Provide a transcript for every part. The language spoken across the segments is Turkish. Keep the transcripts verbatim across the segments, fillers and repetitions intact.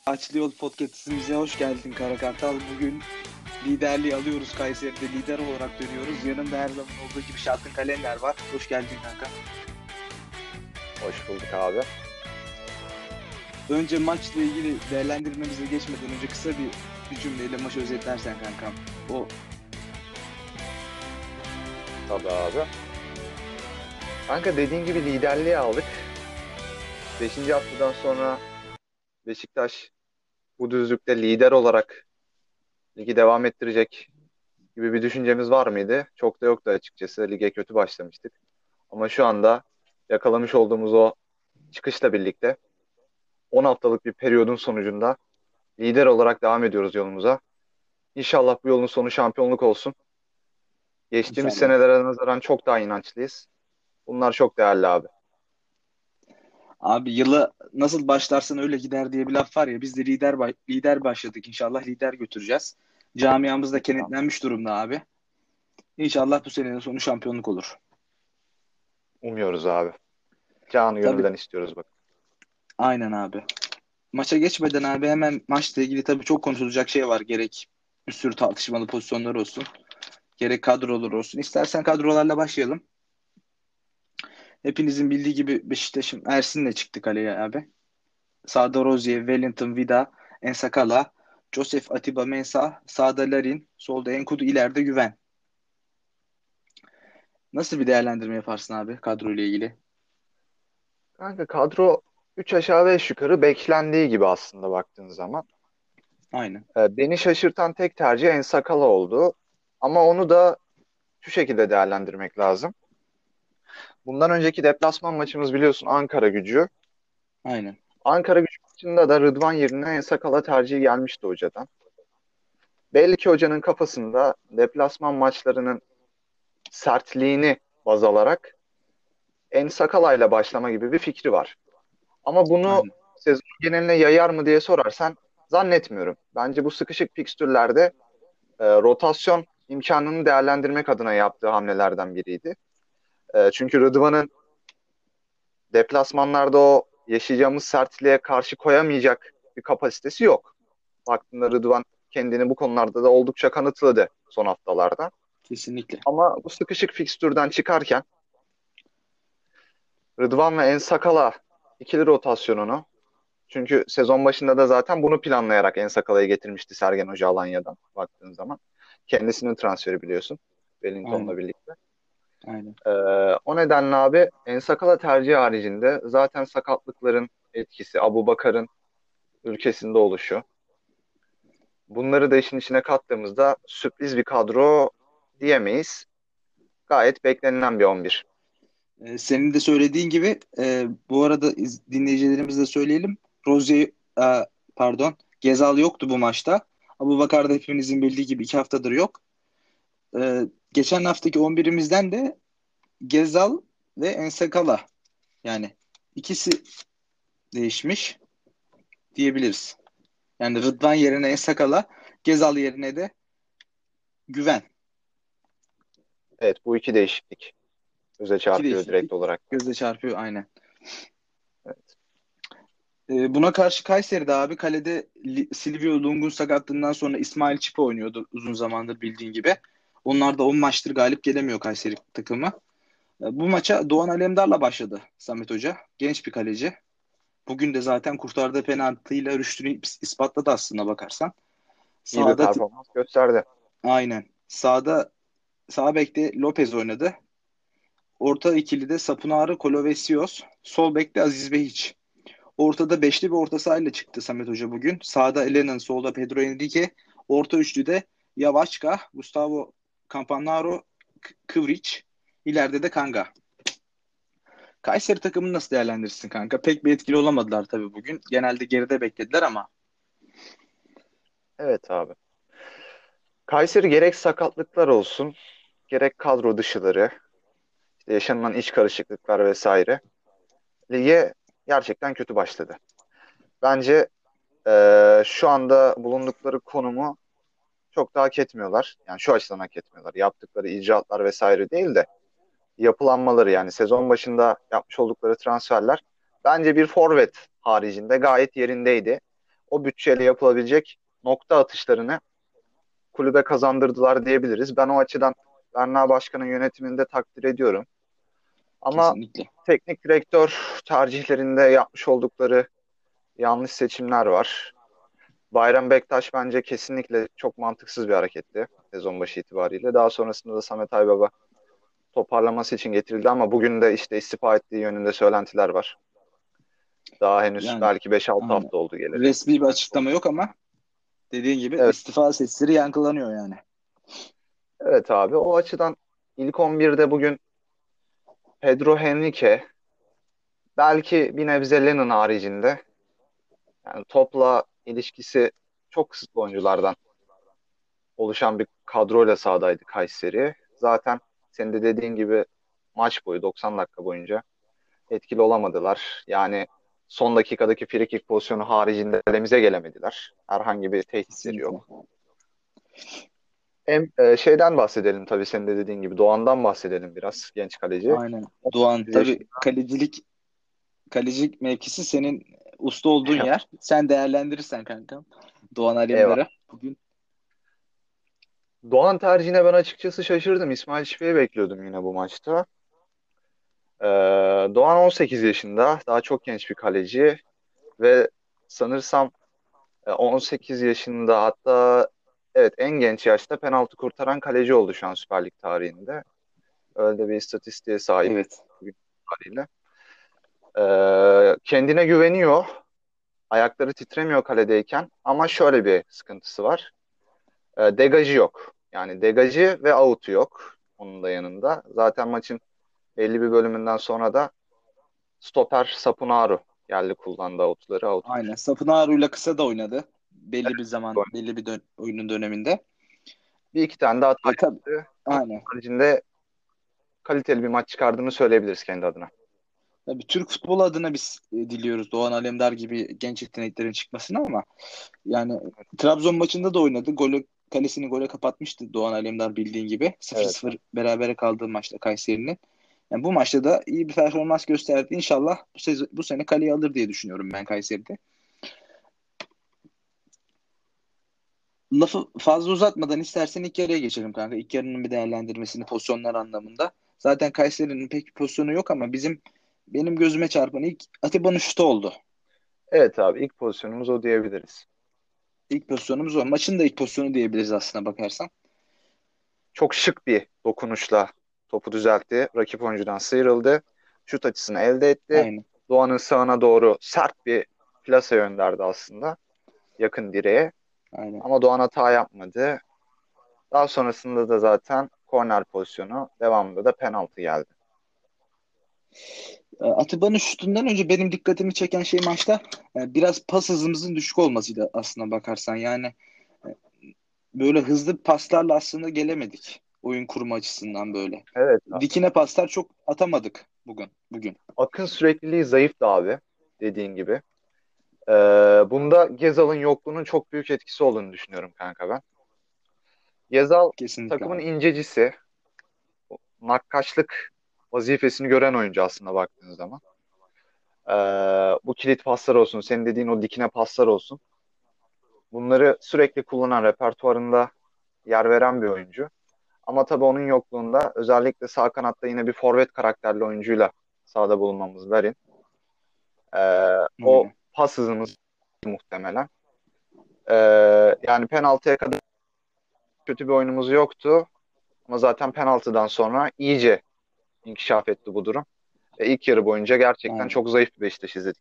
Açlı Yol Podcast'imize hoş geldin Kara Kartal. Bugün liderliği alıyoruz. Kayseri'de lider olarak dönüyoruz. Yanımda her zaman olduğu gibi Şartın Kalender var. Hoş geldin kanka. Hoş bulduk abi. Önce maçla ilgili değerlendirmemize geçmeden önce kısa bir, bir cümleyle maçı özetlersen kankam. O Tabii abi. Kanka dediğin gibi liderliği aldık. Beşinci haftadan sonra Beşiktaş bu düzlükte lider olarak ligi devam ettirecek gibi bir düşüncemiz var mıydı? Çok da yoktu açıkçası. Lige kötü başlamıştık. Ama şu anda yakalamış olduğumuz o çıkışla birlikte on haftalık bir periyodun sonucunda lider olarak devam ediyoruz yolumuza. İnşallah bu yolun sonu şampiyonluk olsun. Geçtiğimiz inşallah. senelere nazaran çok daha inançlıyız. Bunlar çok değerli abi. Abi yıla nasıl başlarsan öyle gider diye bir laf var ya. Biz de lider ba- lider başladık. İnşallah lider götüreceğiz. Camiamız da kenetlenmiş durumda abi. İnşallah bu senenin sonu şampiyonluk olur. Umuyoruz abi. Canı Tabii, gönülden istiyoruz bak. aynen abi. Maça geçmeden abi hemen maçla ilgili tabii çok konuşulacak şey var. Gerek bir sürü tartışmalı pozisyonlar olsun. Gerek kadrolar olsun. İstersen kadrolarla başlayalım. Hepinizin bildiği gibi Beşiktaş'ın Ersin'le çıktı kaleye abi. Sağda Rozier, Wellington, Vida, Ensakala, Joseph Atiba Mensah, sağda Larin, solda Enkudu, ileride Güven. Nasıl bir değerlendirme yaparsın abi kadroyla ilgili? Kanka kadro üç aşağı beş yukarı beklendiği gibi aslında baktığın zaman. Aynen. Ee, beni şaşırtan tek tercih En Sakala oldu. Ama onu da şu şekilde değerlendirmek lazım. Bundan önceki deplasman maçımız biliyorsun Ankara Gücü. Aynen. Ankara Gücü maçında da Rıdvan yerine En Sakala tercihi gelmişti hocadan. Belli ki hocanın kafasında deplasman maçlarının sertliğini baz alarak En Sakala ile başlama gibi bir fikri var. Ama bunu Aynen. sezon geneline yayar mı diye sorarsan zannetmiyorum. Bence bu sıkışık fikstürlerde e, rotasyon imkanını değerlendirmek adına yaptığı hamlelerden biriydi. E, çünkü Rıdvan'ın deplasmanlarda o yaşayacağımız sertliğe karşı koyamayacak bir kapasitesi yok. Baktığında Rıdvan kendini bu konularda da oldukça kanıtladı son haftalarda. Kesinlikle. Ama bu sıkışık fikstürden çıkarken Rıdvan ve En Sakala ikili rotasyonunu, çünkü sezon başında da zaten bunu planlayarak En Sakala'yı getirmişti Sergen Hoca Alanya'dan baktığın zaman. Kendisinin transferi biliyorsun Aynen. Wellington'la birlikte. Aynen. Ee, O nedenle abi En Sakala tercihi haricinde zaten sakatlıkların etkisi, Abubakar'ın ülkesinde oluşu. Bunları da işin içine kattığımızda sürpriz bir kadro diyemeyiz. Gayet beklenilen bir on bir. Ee, senin de söylediğin gibi e, bu arada iz- dinleyicilerimize de söyleyelim. Rozier, e, pardon, Gezal yoktu bu maçta. Abubakar da hepimizin bildiği gibi iki haftadır yok. Ee, geçen haftaki on birimizden de Gezal ve Ensekala, yani ikisi değişmiş diyebiliriz. Yani Rıdvan yerine Ensekala, Gezal yerine de Güven. Evet, bu iki değişiklik göze İki çarpıyor direkt değişiklik olarak. göze çarpıyor aynen. Evet. Ee, buna karşı Kayseri'de abi kalede Li- Silvio Lung'un sakatlığından sonra İsmail Çipe oynuyordu uzun zamandır bildiğin gibi. Onlar da on maçtır galip gelemiyor Kayseri takımı. Ee, bu maça Doğan Alemdar'la başladı Samet Hoca. Genç bir kaleci. Bugün de zaten kurtardığı penaltıyla rüştünü is- ispatladı aslında bakarsan. İyi bir Sağda t- performans gösterdi. aynen. Sağda sağ bekte Lopez oynadı. Orta ikilide Sapunaro, Kolovesios. Sol bekte Aziz Behiç. Ortada beşli bir orta sahayla çıktı Samet Hoca bugün. Sağda Elenen, solda Pedro Henrique. Orta üçlüde Yavaşka, Gustavo Campanaro, K- Kıvriç. İleride de Kanga. Kayseri takımını nasıl değerlendirirsin kanka? Pek bir etkili olamadılar tabii bugün. Genelde geride beklediler ama. Evet abi. Kayseri gerek sakatlıklar olsun, gerek kadro dışıları, işte yaşanılan iç karışıklıklar vesaire lige gerçekten kötü başladı. Bence eee, şu anda bulundukları konumu çok da hak etmiyorlar. Yani şu açıdan hak etmiyorlar. Yaptıkları icraatlar vesaire değil de yapılanmaları, yani sezon başında yapmış oldukları transferler bence bir forvet haricinde gayet yerindeydi. o bütçeyle yapılabilecek nokta atışlarını kulübe kazandırdılar diyebiliriz. Ben o açıdan Berna Başkan'ın yönetimini de takdir ediyorum. Ama Kesinlikle. teknik direktör tercihlerinde yapmış oldukları yanlış seçimler var. Bayram Bektaş bence kesinlikle çok mantıksız bir hareketti sezon başı itibariyle. Daha sonrasında da Samet Aybaba toparlaması için getirildi ama bugün de işte istifa ettiği yönünde söylentiler var. Daha henüz Yani belki beş altı aynen. hafta oldu geleli. Resmi bir açıklama yok ama dediğin gibi Evet, istifa sesleri yankılanıyor yani. evet abi. O açıdan ilk on birde bugün Pedro Henrique, belki bir nebze Lennon haricinde, yani topla ilişkisi çok kısıtlı oyunculardan oluşan bir kadroyla sahadaydı Kayseri. Zaten senin de dediğin gibi maç boyu doksan dakika boyunca etkili olamadılar. Yani son dakikadaki frikik pozisyonu haricinde elemize gelemediler. Herhangi bir tehditleri Kesinlikle. yok. Hem e, şeyden bahsedelim, tabii senin de dediğin gibi Doğan'dan bahsedelim biraz, genç kaleci. Aynen. Doğan on sekiz tabii yaşında. kalecilik kalecilik mevkisi senin usta olduğun yer. Sen değerlendirirsen kankam. Doğan Eyvah. Alemdar'a bugün. Doğan tercihine ben açıkçası şaşırdım. İsmail Şifik'i bekliyordum yine bu maçta. Ee, Doğan on sekiz yaşında. Daha çok genç bir kaleci. Ve sanırsam e, on sekiz yaşında, hatta evet en genç yaşta penaltı kurtaran kaleci oldu şu an Süper Lig tarihinde. Öyle de bir istatistiğe sahip Evet. bugün itibariyle. Ee, kendine güveniyor. Ayakları titremiyor kaledeyken. Ama şöyle bir sıkıntısı var. Ee, degajı yok. Yani degajı ve out'u yok. Onun da yanında. Zaten maçın belli bir bölümünden sonra da stoper Sapunaru geldi, kullandı out'ları. Out'u Aynen. düştü. Sapınaru'yla kısa da oynadı. Belli bir zaman, belli bir dön- oyunun döneminde. Bir iki tane de hata E tabii. yaptı. Ama Aynen. haricinde kaliteli bir maç çıkardığını söyleyebiliriz kendi adına. Tabii Türk futbolu adına biz e, diliyoruz Doğan Alemdar gibi genç yeteneklerin çıkmasını ama yani Trabzon maçında da oynadı. Golü kalesini gole kapatmıştı Doğan Alemdar bildiğin gibi. sıfır Evet. sıfır berabere kaldığı maçta Kayseri'nin. Yani bu maçta da iyi bir performans gösterdi. İnşallah bu, sezon, bu sene kaleyi alır diye düşünüyorum ben Kayseri'de. Lafı fazla uzatmadan istersen ilk yarıya geçelim kanka. İlk yarının bir değerlendirmesini pozisyonlar anlamında. Zaten Kayseri'nin pek bir pozisyonu yok ama bizim benim gözüme çarpan ilk Atiba'nın şutu oldu. Evet abi, ilk pozisyonumuz o diyebiliriz. İlk pozisyonumuz o. Maçın da ilk pozisyonu diyebiliriz aslına bakarsan. Çok şık bir dokunuşla topu düzeltti. Rakip oyuncudan sıyrıldı. Şut açısını elde etti. Aynen. Doğan'ın sağına doğru sert bir plase gönderdi aslında. Yakın direğe. Aynen. Ama Doğan hata yapmadı. Daha sonrasında da zaten korner pozisyonu, devamında da penaltı geldi. E, Atiba'nın şutundan önce benim dikkatimi çeken şey maçta e, biraz pas hızımızın düşük olmasıydı aslına bakarsan. Yani e, böyle hızlı paslarla aslında gelemedik oyun kurma açısından böyle. Evet abi. Dikine paslar çok atamadık bugün. Bugün. Akın sürekliliği zayıftı abi, dediğin gibi. Ee, Bunda Gezal'ın yokluğunun çok büyük etkisi olduğunu düşünüyorum kanka ben. Gezal Kesinlikle takımın abi. incecisi, nakkaşlık vazifesini gören oyuncu aslında baktığınız zaman. Ee, Bu kilit paslar olsun, senin dediğin o dikine paslar olsun. Bunları sürekli kullanan, repertuarında yer veren bir oyuncu. Ama tabii onun yokluğunda özellikle sağ kanatta yine bir forvet karakterli oyuncuyla sahada bulunmamız Larin. Ee, o Aynen. pas hızımız muhtemelen. Ee, Yani penaltıya kadar kötü bir oyunumuz yoktu. Ama zaten penaltıdan sonra iyice inkişaf etti bu durum. Ve ilk yarı boyunca gerçekten Aynen. çok zayıf bir Beşiktaş izledik.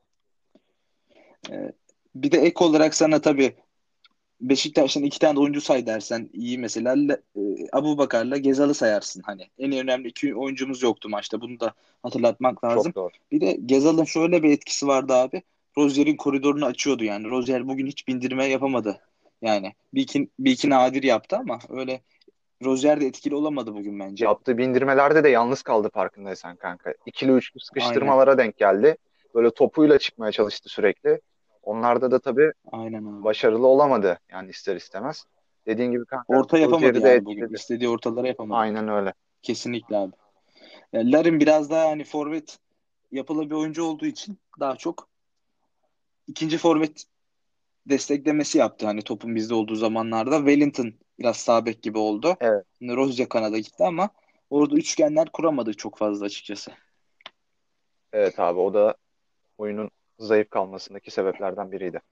E, bir de ek olarak sana tabii Beşiktaş'tan iki tane de oyuncu say dersen iyi mesela Le- e, Abubakar'la Gezal'ı sayarsın hani. En önemli iki oyuncumuz yoktu maçta. Bunu da hatırlatmak lazım. Çok doğru. Bir de Gezal'ın şöyle bir etkisi vardı abi. Rozier'in koridorunu açıyordu yani. Rozier bugün hiç bindirme yapamadı. Yani bir iki, bir iki nadir yaptı ama öyle Rozier de etkili olamadı bugün bence. Yaptığı bindirmelerde de yalnız kaldı, farkındaysan kanka. İkili üçlü Aynen. sıkıştırmalara denk geldi. Böyle topuyla çıkmaya çalıştı sürekli. Onlarda da tabii Aynen abi. başarılı olamadı yani, ister istemez. Dediğin gibi kanka, Orta yapamadı Rozier'i de yani bugün. etkiledi. İstediği ortaları yapamadı. Aynen öyle. Kesinlikle abi. Yani Larin biraz daha hani forvet yapılı bir oyuncu olduğu için daha çok ikinci forvet desteklemesi yaptı hani topun bizde olduğu zamanlarda. Wellington biraz sağ bek gibi oldu. Evet. Hani Rozya kanada gitti ama orada üçgenler kuramadık çok fazla açıkçası. Evet abi, o da oyunun zayıf kalmasındaki sebeplerden biriydi.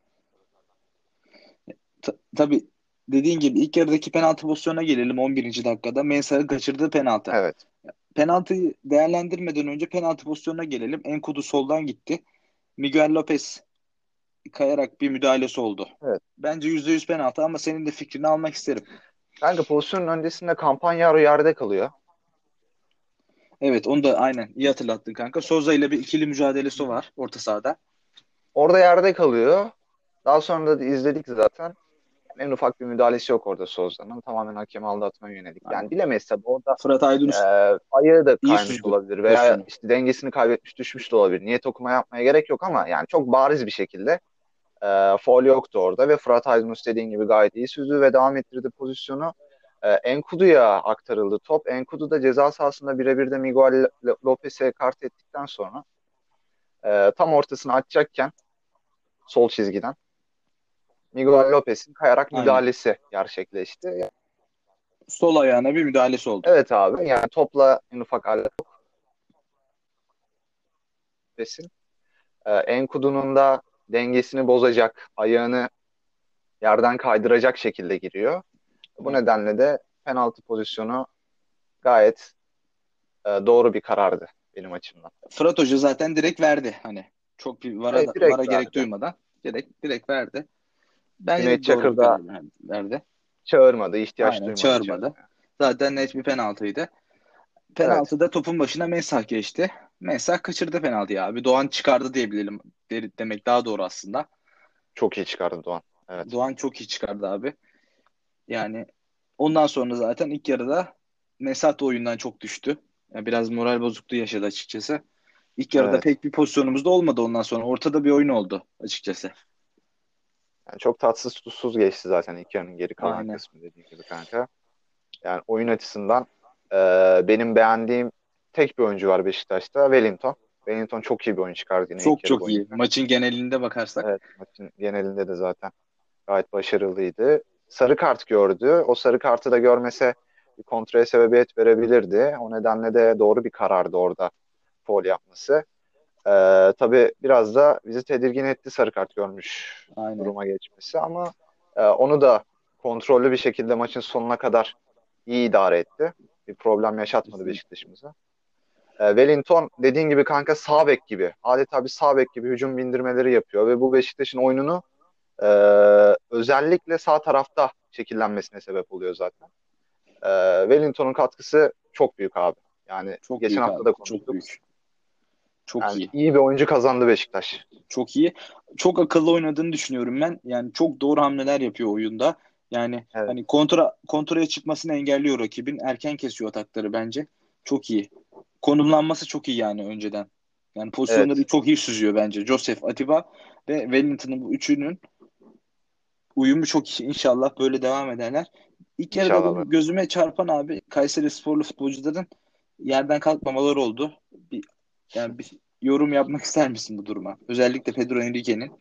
Ta- tabii dediğin gibi ilk yarıdaki penaltı pozisyonuna gelelim on birinci dakikada. Mensah'ın kaçırdığı penaltı. Evet. Penaltıyı değerlendirmeden önce penaltı pozisyonuna gelelim. Enkudu soldan gitti. Miguel Lopez kayarak bir müdahalesi oldu. Evet. Bence yüzde yüz penaltı ama senin de fikrini almak isterim. Kanka pozisyonun öncesinde Campagnaro yerde kalıyor. Evet onu da aynen iyi hatırlattın kanka. Souza ile bir ikili Hı mücadelesi hı. var orta sahada. Orada yerde kalıyor. Daha sonra da izledik zaten. En ufak bir müdahalesi yok orada Souza'nın. Tamamen hakemi aldatmaya yönelik. Yani Aynen. bilemeyiz tabii, orada Fırat e, Aydınus ayağı da iyi kaymış süzdü olabilir veya pozisyonu. işte dengesini kaybetmiş düşmüş de olabilir. Niyet okuma yapmaya gerek yok ama yani çok bariz bir şekilde e, faul yoktu orada ve Fırat Aydınus dediğin gibi gayet iyi süzdü ve devam ettirdi pozisyonu. E, Enkudu'ya aktarıldı top. Enkudu da ceza sahasında birebir de Miguel Lopez'e kart ettikten sonra e, tam ortasını açacakken sol çizgiden Miguel Lopez'in kayarak Aynen. müdahalesi gerçekleşti. Sol ayağına bir müdahalesi oldu. Evet abi, yani topla en ufak alakasın. Ee, Enkudu'nun da dengesini bozacak, ayağını yerden kaydıracak şekilde giriyor. Bu Evet. nedenle de penaltı pozisyonu gayet e, doğru bir karardı benim açımdan. Fırat Hoca zaten direkt verdi hani. Çok bir vara, Evet, vara direkt gerek verdi. duymadan direkt direkt verdi. Bence Cüneyt de doğru Çakır bir da karar ver- verdi. çağırmadı, ihtiyaç Aynen duymadı çağırmadı. çağırmaya. Zaten net bir penaltıydı. Evet, Penaltıda topun başına Mensah geçti. Mensah kaçırdı penaltıyı abi. Doğan çıkardı diyebilirim de- demek daha doğru aslında. çok iyi çıkardı Doğan. Evet, Doğan çok iyi çıkardı abi. Yani ondan sonra zaten ilk yarıda Mensah da oyundan çok düştü. Yani biraz moral bozukluğu yaşadı açıkçası. İlk yarıda evet. pek bir pozisyonumuz da olmadı ondan sonra. Ortada bir oyun oldu açıkçası. Yani çok tatsız tuzsuz geçti zaten ilk yarının geri kalan Aynen. kısmı dediğim gibi kanka. Yani oyun açısından e, benim beğendiğim tek bir oyuncu var Beşiktaş'ta. Wellington. Wellington çok iyi bir oyun çıkardı yine ilk Çok yarı çok iyi. boyunca. Maçın genelinde bakarsak. Evet, maçın genelinde de zaten gayet başarılıydı. Sarı kart gördü. O sarı kartı da görmese bir kontraya sebebiyet verebilirdi. O nedenle de doğru bir karardı orada faul yapması. Ee, tabii biraz da bizi tedirgin etti sarı kart görmüş Aynen. duruma geçmesi ama e, onu da kontrollü bir şekilde maçın sonuna kadar iyi idare etti. Bir problem yaşatmadı Kesinlikle. Beşiktaş'ımıza. E, Wellington dediğin gibi kanka sağ bek gibi. Adeta bir sağ bek gibi hücum bindirmeleri yapıyor ve bu Beşiktaş'ın oyununu e, özellikle sağ tarafta şekillenmesine sebep oluyor zaten. E, Wellington'un katkısı çok büyük abi. Yani Çok geçen büyük hafta abi. da Çok konuştuk. büyük. Çok Yani iyi. iyi bir oyuncu kazandı Beşiktaş. Çok iyi. Çok akıllı oynadığını düşünüyorum ben. Yani çok doğru hamleler yapıyor oyunda. Yani Evet, hani kontra kontraya çıkmasını engelliyor rakibin. Erken kesiyor atakları bence. Çok iyi. Konumlanması çok iyi yani önceden. Yani pozisyonları evet. çok iyi süzüyor bence. Joseph, Atiba ve Wellington'ın bu üçünün uyumu çok iyi. İnşallah böyle devam ederler. İlk yarıda İnşallah. benim gözüme çarpan abi Kayserisporlu futbolcuların yerden kalkmamaları oldu. Bir, yani bir yorum yapmak ister misin bu duruma? Özellikle Pedro Henrique'nin.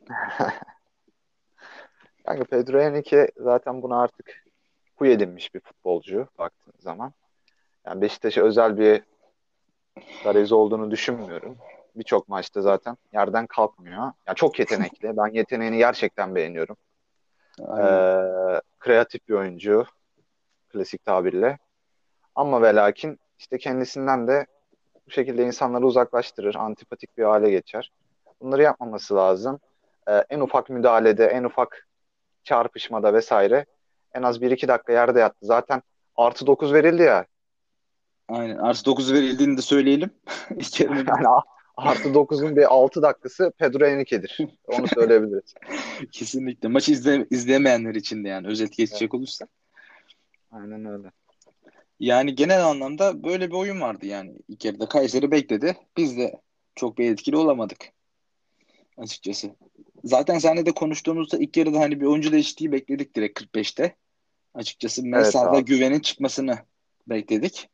Kanka Pedro Henrique zaten buna artık huy edinmiş bir futbolcu baktığın zaman. Yani Beşiktaş'a özel bir garezi olduğunu düşünmüyorum. Birçok maçta zaten yerden kalkmıyor. Yani çok yetenekli. Ben yeteneğini gerçekten beğeniyorum. Aynen. Ee, kreatif bir oyuncu, klasik tabirle. Ama ve lakin işte kendisinden de bu şekilde insanları uzaklaştırır, antipatik bir hale geçer. Bunları yapmaması lazım. Ee, en ufak müdahalede, en ufak çarpışmada vesaire en az bir iki dakika yerde yattı. Zaten artı dokuz verildi ya. Aynen. Artı dokuz verildiğini de söyleyelim. İlk yarının Yani a- artı dokuzun bir altı dakikası Pedro Henrique'dir. Onu söyleyebiliriz. kesinlikle. Maçı izle, izlemeyenler için de yani özet Evet, geçecek olursak. aynen öyle. Yani genel anlamda böyle bir oyun vardı yani. İlk yarıda Kayseri bekledi. Biz de çok bir etkili olamadık açıkçası. Zaten seninle de konuştuğumuzda ilk yarıda hani bir oyuncu değişikliği bekledik direkt kırk beşte. Açıkçası Evet Mensah'da abi. güvenin çıkmasını bekledik.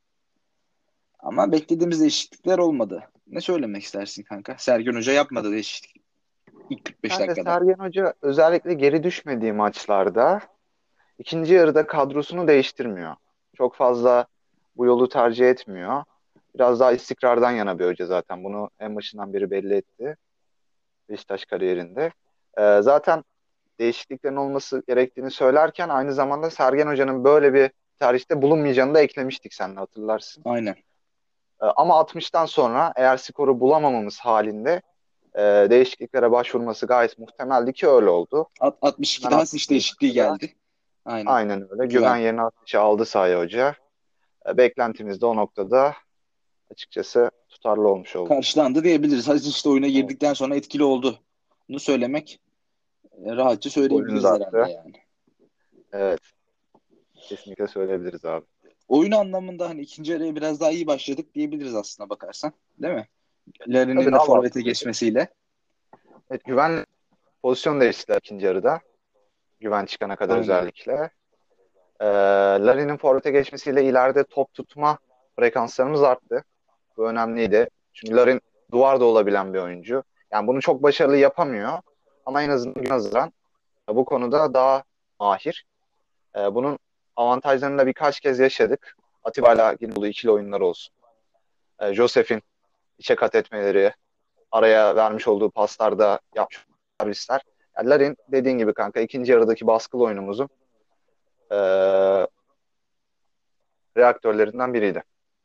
Ama beklediğimiz değişiklikler olmadı. Ne söylemek istersin kanka? Sergen Hoca yapmadı değişiklik. ilk kırk beş Kanka dakikada. Sergen Hoca özellikle geri düşmediği maçlarda ikinci yarıda kadrosunu değiştirmiyor. Çok fazla bu yolu tercih etmiyor. Biraz daha istikrardan yana bir hoca zaten. Bunu en başından beri belli etti Beşiktaş kariyerinde. Ee, zaten değişikliklerin olması gerektiğini söylerken aynı zamanda Sergen Hoca'nın böyle bir tarihte bulunmayacağını da eklemiştik seninle hatırlarsın. Aynen. Ee, ama altmıştan sonra eğer skoru bulamamamız halinde e, değişikliklere başvurması gayet muhtemeldi ki öyle oldu. Alt- Güven altmış ikide has iş altmış değişikliği dakikada geldi. Aynen. aynen öyle. Güven Güven. yerine altmışı aldı sahaya hoca. E, beklentimiz de o noktada açıkçası tutarlı olmuş oldu. Karşılandı diyebiliriz. Has işte oyuna Evet. girdikten sonra etkili oldu. Bunu söylemek e, rahatça Golünü de söyleyebiliriz herhalde attı. yani. Evet. Kesinlikle söyleyebiliriz abi. Oyun anlamında hani ikinci yarıya biraz daha iyi başladık diyebiliriz aslına bakarsan. Değil mi? Tabii Larin'in de daha forvete baskılıydı. geçmesiyle. Evet, Güven pozisyon değiştiler ikinci yarıda. Güven çıkana kadar Aynen. özellikle. Ee, Larin'in forvete geçmesiyle ileride top tutma frekanslarımız arttı. Bu önemliydi. Çünkü Larin duvarda olabilen bir oyuncu. Yani bunu çok başarılı yapamıyor. Ama en azından Güven Haziran bu konuda daha mahir. Ee, bunun avantajlarını da birkaç kez yaşadık. Atiba'yla Ginolu ikili oyunlar olsun. Ee, Josef'in içe kat etmeleri, araya vermiş olduğu paslarda yapmış servisler. Yani Larin dediğin gibi kanka ikinci yarıdaki baskılı oyunumuzun e, reaktörlerinden biriydi.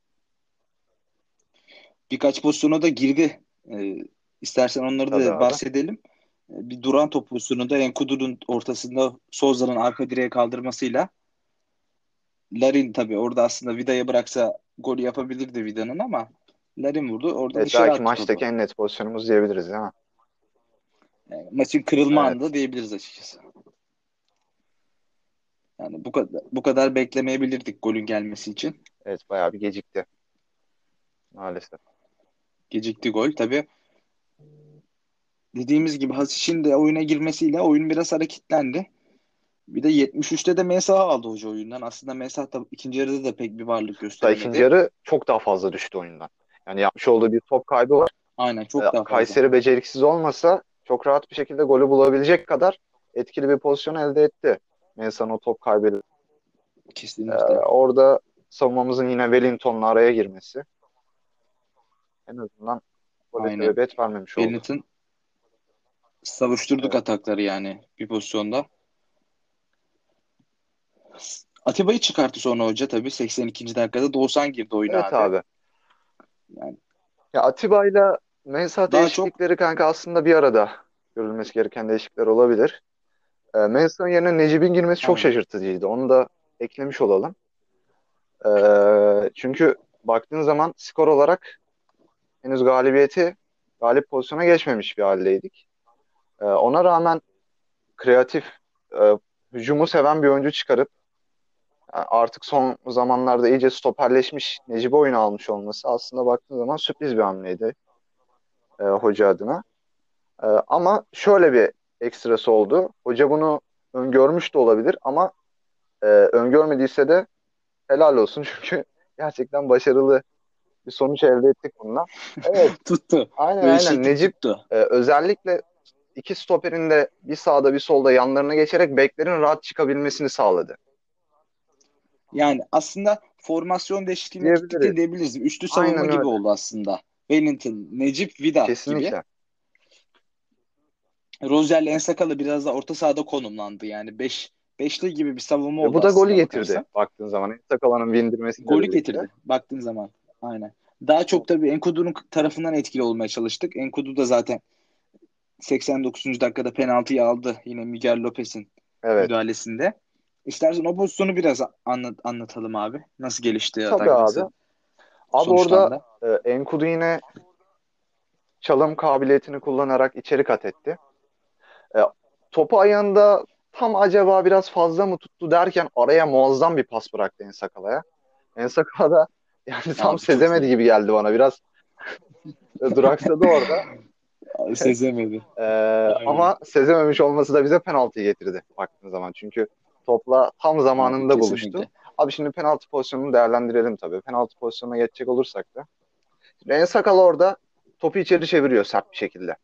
Birkaç pozisyona da girdi. E, istersen onları Tabii da abi. bahsedelim. E, bir duran top pozisyonunda Enkudu'nun ortasında Souza'nın arka direğe kaldırmasıyla Larin tabii orada aslında Vida'ya bıraksa golü yapabilirdi Vida'nın ama Larin vurdu. Orada Evet, dışarı belki attı maçtaki topu. en net pozisyonumuz diyebiliriz değil mi? Yani maçın kırılma anı da Evet. diyebiliriz açıkçası. Yani bu kadar bu kadar beklemeyebilirdik golün gelmesi için. Evet, bayağı bir gecikti maalesef. Gecikti gol. Tabii dediğimiz gibi Hasic'in de oyuna girmesiyle oyun biraz hareketlendi. Bir de yetmiş üçte de Mensah'ı aldı hoca oyundan. Aslında Mensah da ikinci yarıda da pek bir varlık Hatta ikinci gösteremedi. yarı çok daha fazla düştü oyundan. Yani yapmış olduğu bir top kaybı var. Aynen E, çok daha fazla. Kayseri beceriksiz olmasa çok rahat bir şekilde golü bulabilecek kadar etkili bir pozisyon elde etti. Mensah'ın o top kaybı. E, Kesinlikle. orada savunmamızın yine Wellington'la araya girmesi en azından gole Aynen. sebebiyet vermemiş oldu. Bennett'in savuşturduk Evet. atakları yani bir pozisyonda. Atiba'yı çıkarttı sonra hoca tabii. seksen ikinci dakikada Doğuzhan girdi oyuna Evet abi. abi. Yani Ya Atiba'yla Mensah daha çok değişiklikleri kanka aslında bir arada görülmesi gereken değişiklikler olabilir. E, Mensah'ın yerine Necip'in girmesi çok aynen. şaşırtıcıydı. Onu da eklemiş olalım. E, çünkü baktığın zaman skor olarak henüz galibiyeti galip pozisyona geçmemiş bir haldeydik. E, ona rağmen kreatif, e, hücumu seven bir oyuncu çıkarıp yani artık son zamanlarda iyice stoperleşmiş Necip'i oyuna almış olması aslında baktığın zaman sürpriz bir hamleydi e, hoca adına. E, ama şöyle bir ekstrası oldu. Hoca bunu öngörmüş de olabilir ama e, öngörmediyse de helal olsun çünkü gerçekten başarılı bir sonuç elde ettik bununla. Evet, Tuttu. aynen Bu aynen eşeklik Necip tuttu. e, özellikle iki stoperin de bir sağda bir solda yanlarına geçerek beklerin rahat çıkabilmesini sağladı Yani aslında formasyon değişikliğine gittik diyebiliriz. de diyebiliriz. Üçlü savunma Aynen gibi öyle. oldu aslında. Wellington, Necip, Vida gibi. Kesinlikle. Rozier ile Ensakalı biraz da orta sahada konumlandı. Yani beş beşli gibi bir savunma Ve oldu bu da golü aslına getirdi bakarsan. baktığın zaman. Sakalanın bindirmesiyle Golü birlikte. getirdi baktığın zaman. Aynen. Daha çok tabii Enkudu'nun tarafından etkili olmaya çalıştık. Enkudu da zaten seksen dokuzuncu dakikada penaltıyı aldı. Yine Miguel Lopez'in Evet. müdahalesinde. İstersen o pozisyonu biraz anlat, anlatalım abi. Nasıl gelişti Tabii atak, abi. nasıl Abi orada sonuçlandı? e, Enkudu yine çalım kabiliyetini kullanarak içeri kat etti. E, topu ayağında tam acaba biraz fazla mı tuttu derken araya muazzam bir pas bıraktı Ensakala'ya. Ensakala da yani tam Abi çok sezemedi iyi. gibi geldi bana. Biraz e, duraksadı orada. Sezemedi. E, Aynen. ama sezememiş olması da bize penaltıyı getirdi baktığın zaman. Çünkü topla tam Abi zamanında buluştu. kesinlikle. Abi şimdi penaltı pozisyonunu değerlendirelim tabii. Penaltı pozisyonuna geçecek olursak da. Şimdi Ensakala orada topu içeri çeviriyor sert bir şekilde.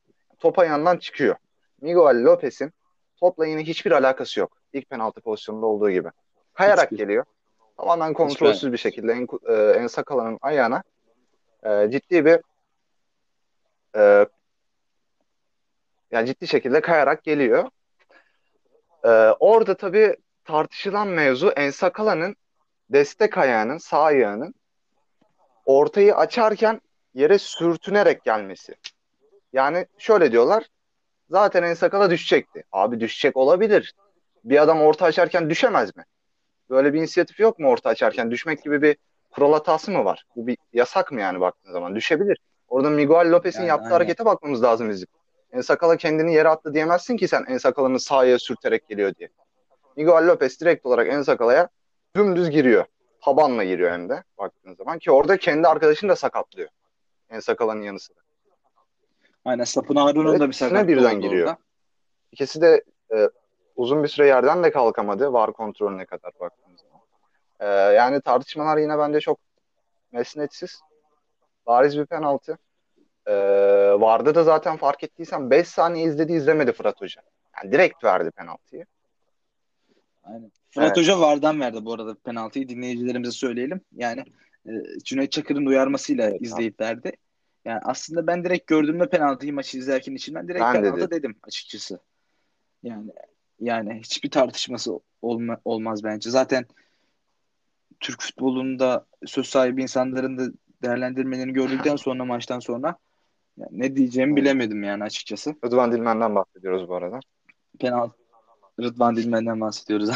top ayağından çıkıyor. Miguel Lopez'in topla yine hiçbir alakası yok. İlk penaltı pozisyonunda olduğu gibi. Kayarak Hiçbir. geliyor. Tamamen Hiçbir kontrolsüz bir alakası yok. şekilde En, e, Ensakala'nın ayağına e, ciddi bir e, yani ciddi şekilde kayarak geliyor. E, orada tabii tartışılan mevzu Ensakala'nın destek ayağının, sağ ayağının ortayı açarken yere sürtünerek gelmesi. Yani şöyle diyorlar. Zaten En Sakala düşecekti. Abi düşecek olabilir. Bir adam orta açarken düşemez mi? Böyle bir inisiyatif yok mu orta açarken? Düşmek gibi bir kural hatası mı var? Bu bir yasak mı yani baktığın zaman? Düşebilir. Orada Miguel Lopez'in Yani yaptığı aynen. harekete bakmamız lazım bizim. En Sakala kendini yere attı diyemezsin ki sen En Sakala'nın sağ ayağı sürterek geliyor diye. Miguel Lopez direkt olarak En Sakala'ya dümdüz giriyor. Tabanla giriyor hem de baktığın zaman ki orada kendi arkadaşını da sakatlıyor. En Sakala'nın yanı sıra. Aynen Sapın Harun'un Ve da bir ikisine sakatlığı birden oldu giriyor. orada. İkisi de e, uzun bir süre yerden de kalkamadı. VAR kontrolüne kadar baktığımız zaman. E, yani tartışmalar yine bence çok mesnetsiz. Bariz bir penaltı. E, VAR'da da zaten fark ettiysen beş saniye izledi izlemedi Fırat Hoca. Yani direkt verdi penaltıyı. Aynen. Fırat Evet. Hoca VAR'dan verdi bu arada penaltıyı. Dinleyicilerimize söyleyelim. Yani e, Cüneyt Çakır'ın uyarmasıyla Evet abi. izleyip verdi. Yani aslında ben direkt gördüğümde penaltıyı maçı izlerken içimden direkt Ben de penaltı dedim. dedim açıkçası. Yani yani hiçbir tartışması olma, olmaz bence. Zaten Türk futbolunda söz sahibi insanların da değerlendirmelerini gördükten sonra maçtan sonra yani ne diyeceğimi Evet. bilemedim yani açıkçası. Rıdvan Dilmen'den bahsediyoruz bu arada. Penaltı Rıdvan Dilmen'den bahsediyoruz.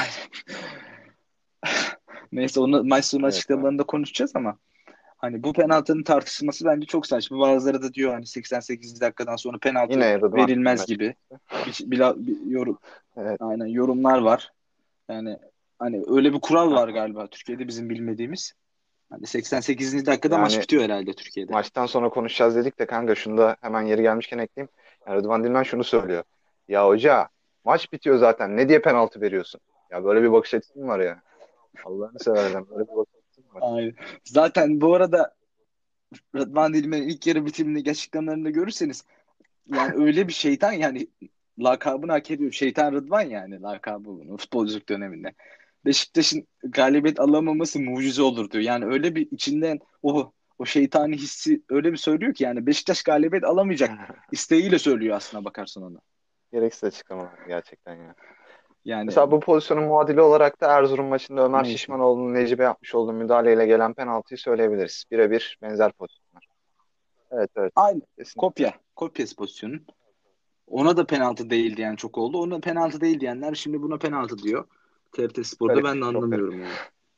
Neyse onu maç sonu Evet abi. açıklamalarında konuşacağız ama hani bu penaltının tartışılması bence çok saçma. Bazıları da diyor hani seksen sekizinci dakikadan sonra penaltı Yine Rıdvan Dilmen'in verilmez gibi açıklaması. bir, bir, bir yorum Evet. aynen yorumlar var. Yani hani öyle bir kural var galiba Türkiye'de bizim bilmediğimiz. Hani seksen sekizinci dakikada maç Yani bitiyor herhalde Türkiye'de. maçtan sonra konuşacağız dedik de kanka şunu da hemen yeri gelmişken ekleyeyim. Yani Rıdvan Dilmen şunu söylüyor. Ya hoca maç bitiyor zaten. Ne diye penaltı veriyorsun? Ya böyle bir bakış açısı mı var ya? Allah'ını seversen böyle bir bakış açısı mı var? Aynen. Zaten bu arada Rıdvan Dilmen'in ilk yarı bitimini açıklamalarında görürseniz yani öyle bir şeytan yani lakabını hak ediyor. Şeytan Rıdvan yani lakabı bunun futbolculuk döneminde. Beşiktaş'ın galibiyet alamaması mucize olur diyor. Yani öyle bir içinden o o şeytani hissi öyle bir söylüyor ki yani Beşiktaş galibiyet alamayacak isteğiyle söylüyor aslına bakarsan onu. Gereksiz açıklamalar gerçekten ya. Yani Mesela bu pozisyonun muadili olarak da Erzurum maçında Ömer neyse. Şişmanoğlu'nun Necip'e yapmış olduğu müdahaleyle gelen penaltıyı söyleyebiliriz. Birebir benzer pozisyonlar. Evet evet. Aynı Kesinlikle. kopya. Kopyası pozisyonun. Ona da penaltı değil diyen çok oldu. Ona penaltı değil diyenler şimdi buna penaltı diyor. T R T Spor'da Garip. ben de Çok garip. anlamıyorum yani.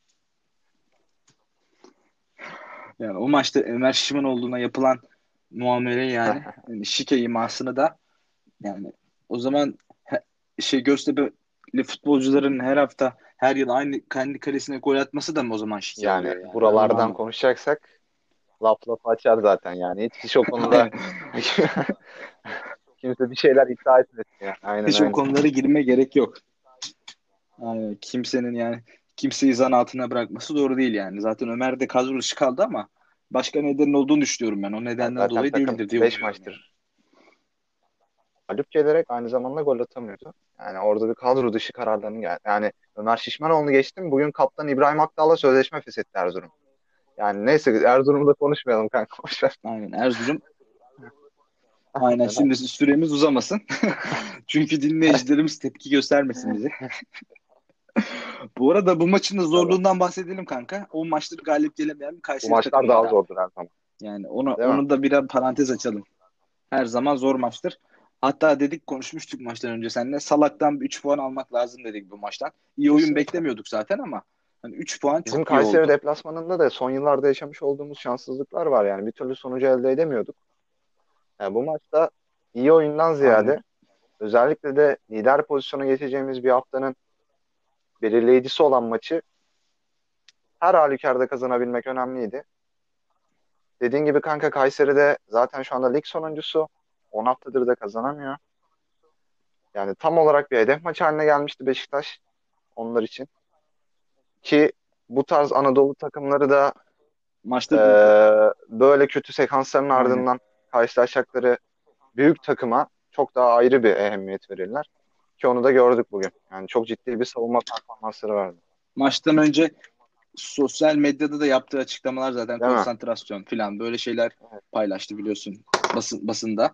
Yani o maçta Ömer Şişmanoğlu'na yapılan muamele yani, yani şike imasını da yani o zaman he- şey Göztepe'li futbolcuların her hafta her yıl aynı kendi kalesine gol atması da mı o zaman şike Yani oluyor yani? Ben onu buralardan anlamadım. konuşacaksak laf laf açar zaten yani. Hiç, hiç o konuda Aynen. kimse bir şeyler iddia etmesin yani. Aynen Hiç o aynen. konulara girme gerek yok. Aynen. Kimsenin yani kimseyi zan altına bırakması doğru değil yani. Zaten Ömer de kadro dışı kaldı ama başka neden olduğunu düşünüyorum ben. O Ya nedenden zaten dolayı takım değildir diye beş umuyorum yani. maçtır mağlup gelerek aynı zamanda gol atamıyordu. Yani orada bir kadro dışı kararların geldi. Yani Ömer Şişmanoğlu'nu geçtim. Bugün kaptan İbrahim Akdağ'la sözleşme feshetti Erzurum. Yani neyse Erzurum'u da konuşmayalım kanka. Boş ver. Aynen Erzurum. Aynen Aynen. şimdi süremiz uzamasın. Çünkü dinleyicilerimiz tepki göstermesin bize. Bu arada bu maçın da Tabii. zorluğundan bahsedelim kanka. O maçları galip gelemeyen bir Bu Kayseri maçlar takımı daha var abi. zordur her zaman. Yani onu Değil mi? onu da bir parantez açalım. Her zaman zor maçtır. Hatta dedik konuşmuştuk maçtan önce seninle. Salak'tan bir üç puan almak lazım dedik bu maçtan. İyi oyun Kesinlikle. beklemiyorduk zaten ama hani üç puan Bizim çok iyi Kayseri oldu. deplasmanında da son yıllarda yaşamış olduğumuz şanssızlıklar var yani. Bir türlü sonucu elde edemiyorduk. Yani bu maçta iyi oyundan Aynen. ziyade özellikle de lider pozisyona geçeceğimiz bir haftanın belirleyicisi olan maçı her halükarda kazanabilmek önemliydi. Dediğin gibi kanka Kayseri'de zaten şu anda lig sonuncusu. on haftadır da kazanamıyor. Yani tam olarak bir hedef maçı haline gelmişti Beşiktaş onlar için. Ki bu tarz Anadolu takımları da Maçta e, böyle kötü sekansların aynen. ardından karşılaşacakları büyük takıma çok daha ayrı bir ehemmiyet verirler. Ki onu da gördük bugün. Yani çok ciddi bir savunma performansları vardı. Maçtan önce sosyal medyada da yaptığı açıklamalar zaten Değil mi? konsantrasyon falan böyle şeyler Evet. paylaştı biliyorsun basın, basında.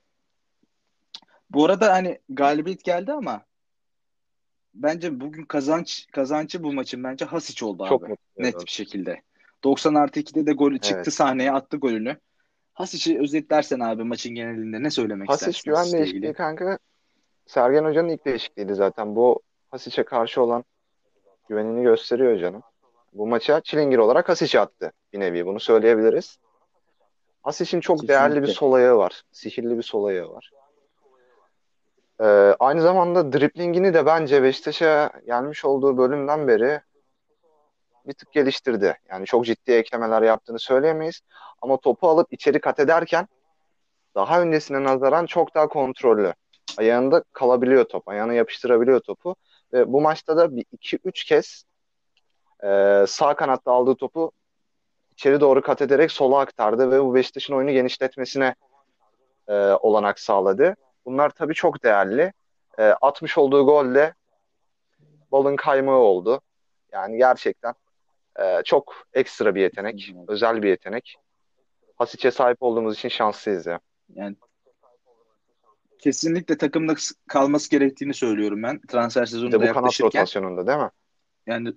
Bu arada hani galibiyet geldi ama bence bugün kazanç kazancı bu maçın bence Hasic oldu Çok abi. mutlu Net ediyordu. bir şekilde. doksan artı ikide de golü çıktı Evet. sahneye attı golünü. Hasic'i özetlersen abi maçın genelinde ne söylemek Hasic istersin güven Hasic'le değişikliği ilgili? kanka. Sergen Hoca'nın ilk değişikliğiydi zaten. Bu Hasic'e karşı olan güvenini gösteriyor canım. Bu maça çilingir olarak Hasic attı bir nevi. Bunu söyleyebiliriz. Hasic'in çok değerli bir Kesinlikle. sol ayağı var. Sihirli bir sol ayağı var. Ee, aynı zamanda driblingini de bence Beşiktaş'a gelmiş olduğu bölümden beri bir tık geliştirdi. Yani çok ciddi eklemeler yaptığını söyleyemeyiz. Ama topu alıp içeri kat ederken daha öncesine nazaran çok daha kontrollü. Ayağında kalabiliyor top. Ayağına yapıştırabiliyor topu. Ve bu maçta da bir iki üç kez e, sağ kanatta aldığı topu içeri doğru kat ederek sola aktardı ve bu Beşiktaş'ın oyunu genişletmesine e, olanak sağladı. Bunlar tabii çok değerli. E, atmış olduğu gol de balın kaymağı oldu. Yani gerçekten e, çok ekstra bir yetenek, özel bir yetenek. Hasic'e sahip olduğumuz için şanslıyız ya. Yani kesinlikle takımda kalması gerektiğini söylüyorum ben transfer Bir de sezonunda bu kanat yaklaşırken. rotasyonunda değil mi? Yani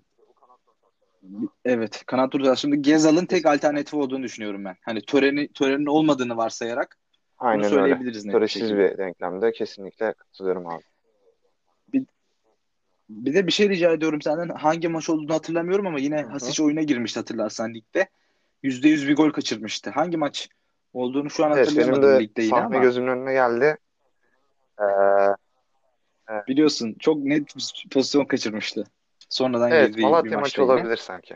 evet kanat rotasyonunda Gezal'ın tek Kesinlikle. alternatifi olduğunu düşünüyorum ben. Hani töreni törenin olmadığını varsayarak bunu Aynen öyle. söyleyebiliriz net bir Töresiz şekilde. bir denklemde kesinlikle katılıyorum abi. Bir, bir de bir şey rica ediyorum senden. Hangi maç olduğunu hatırlamıyorum ama yine Hı hı. Hasic oyuna girmişti hatırlarsan ligde. Yüzde yüz bir gol kaçırmıştı. Hangi maç olduğunu şu an Evet, benim hatırlayamadım de ligde yine sahne ama gözümün önüne geldi. Ee, evet. biliyorsun çok net bir pozisyon kaçırmıştı. Sonradan Evet, girdiği bir Malatya maçta maçı yine. olabilir sanki.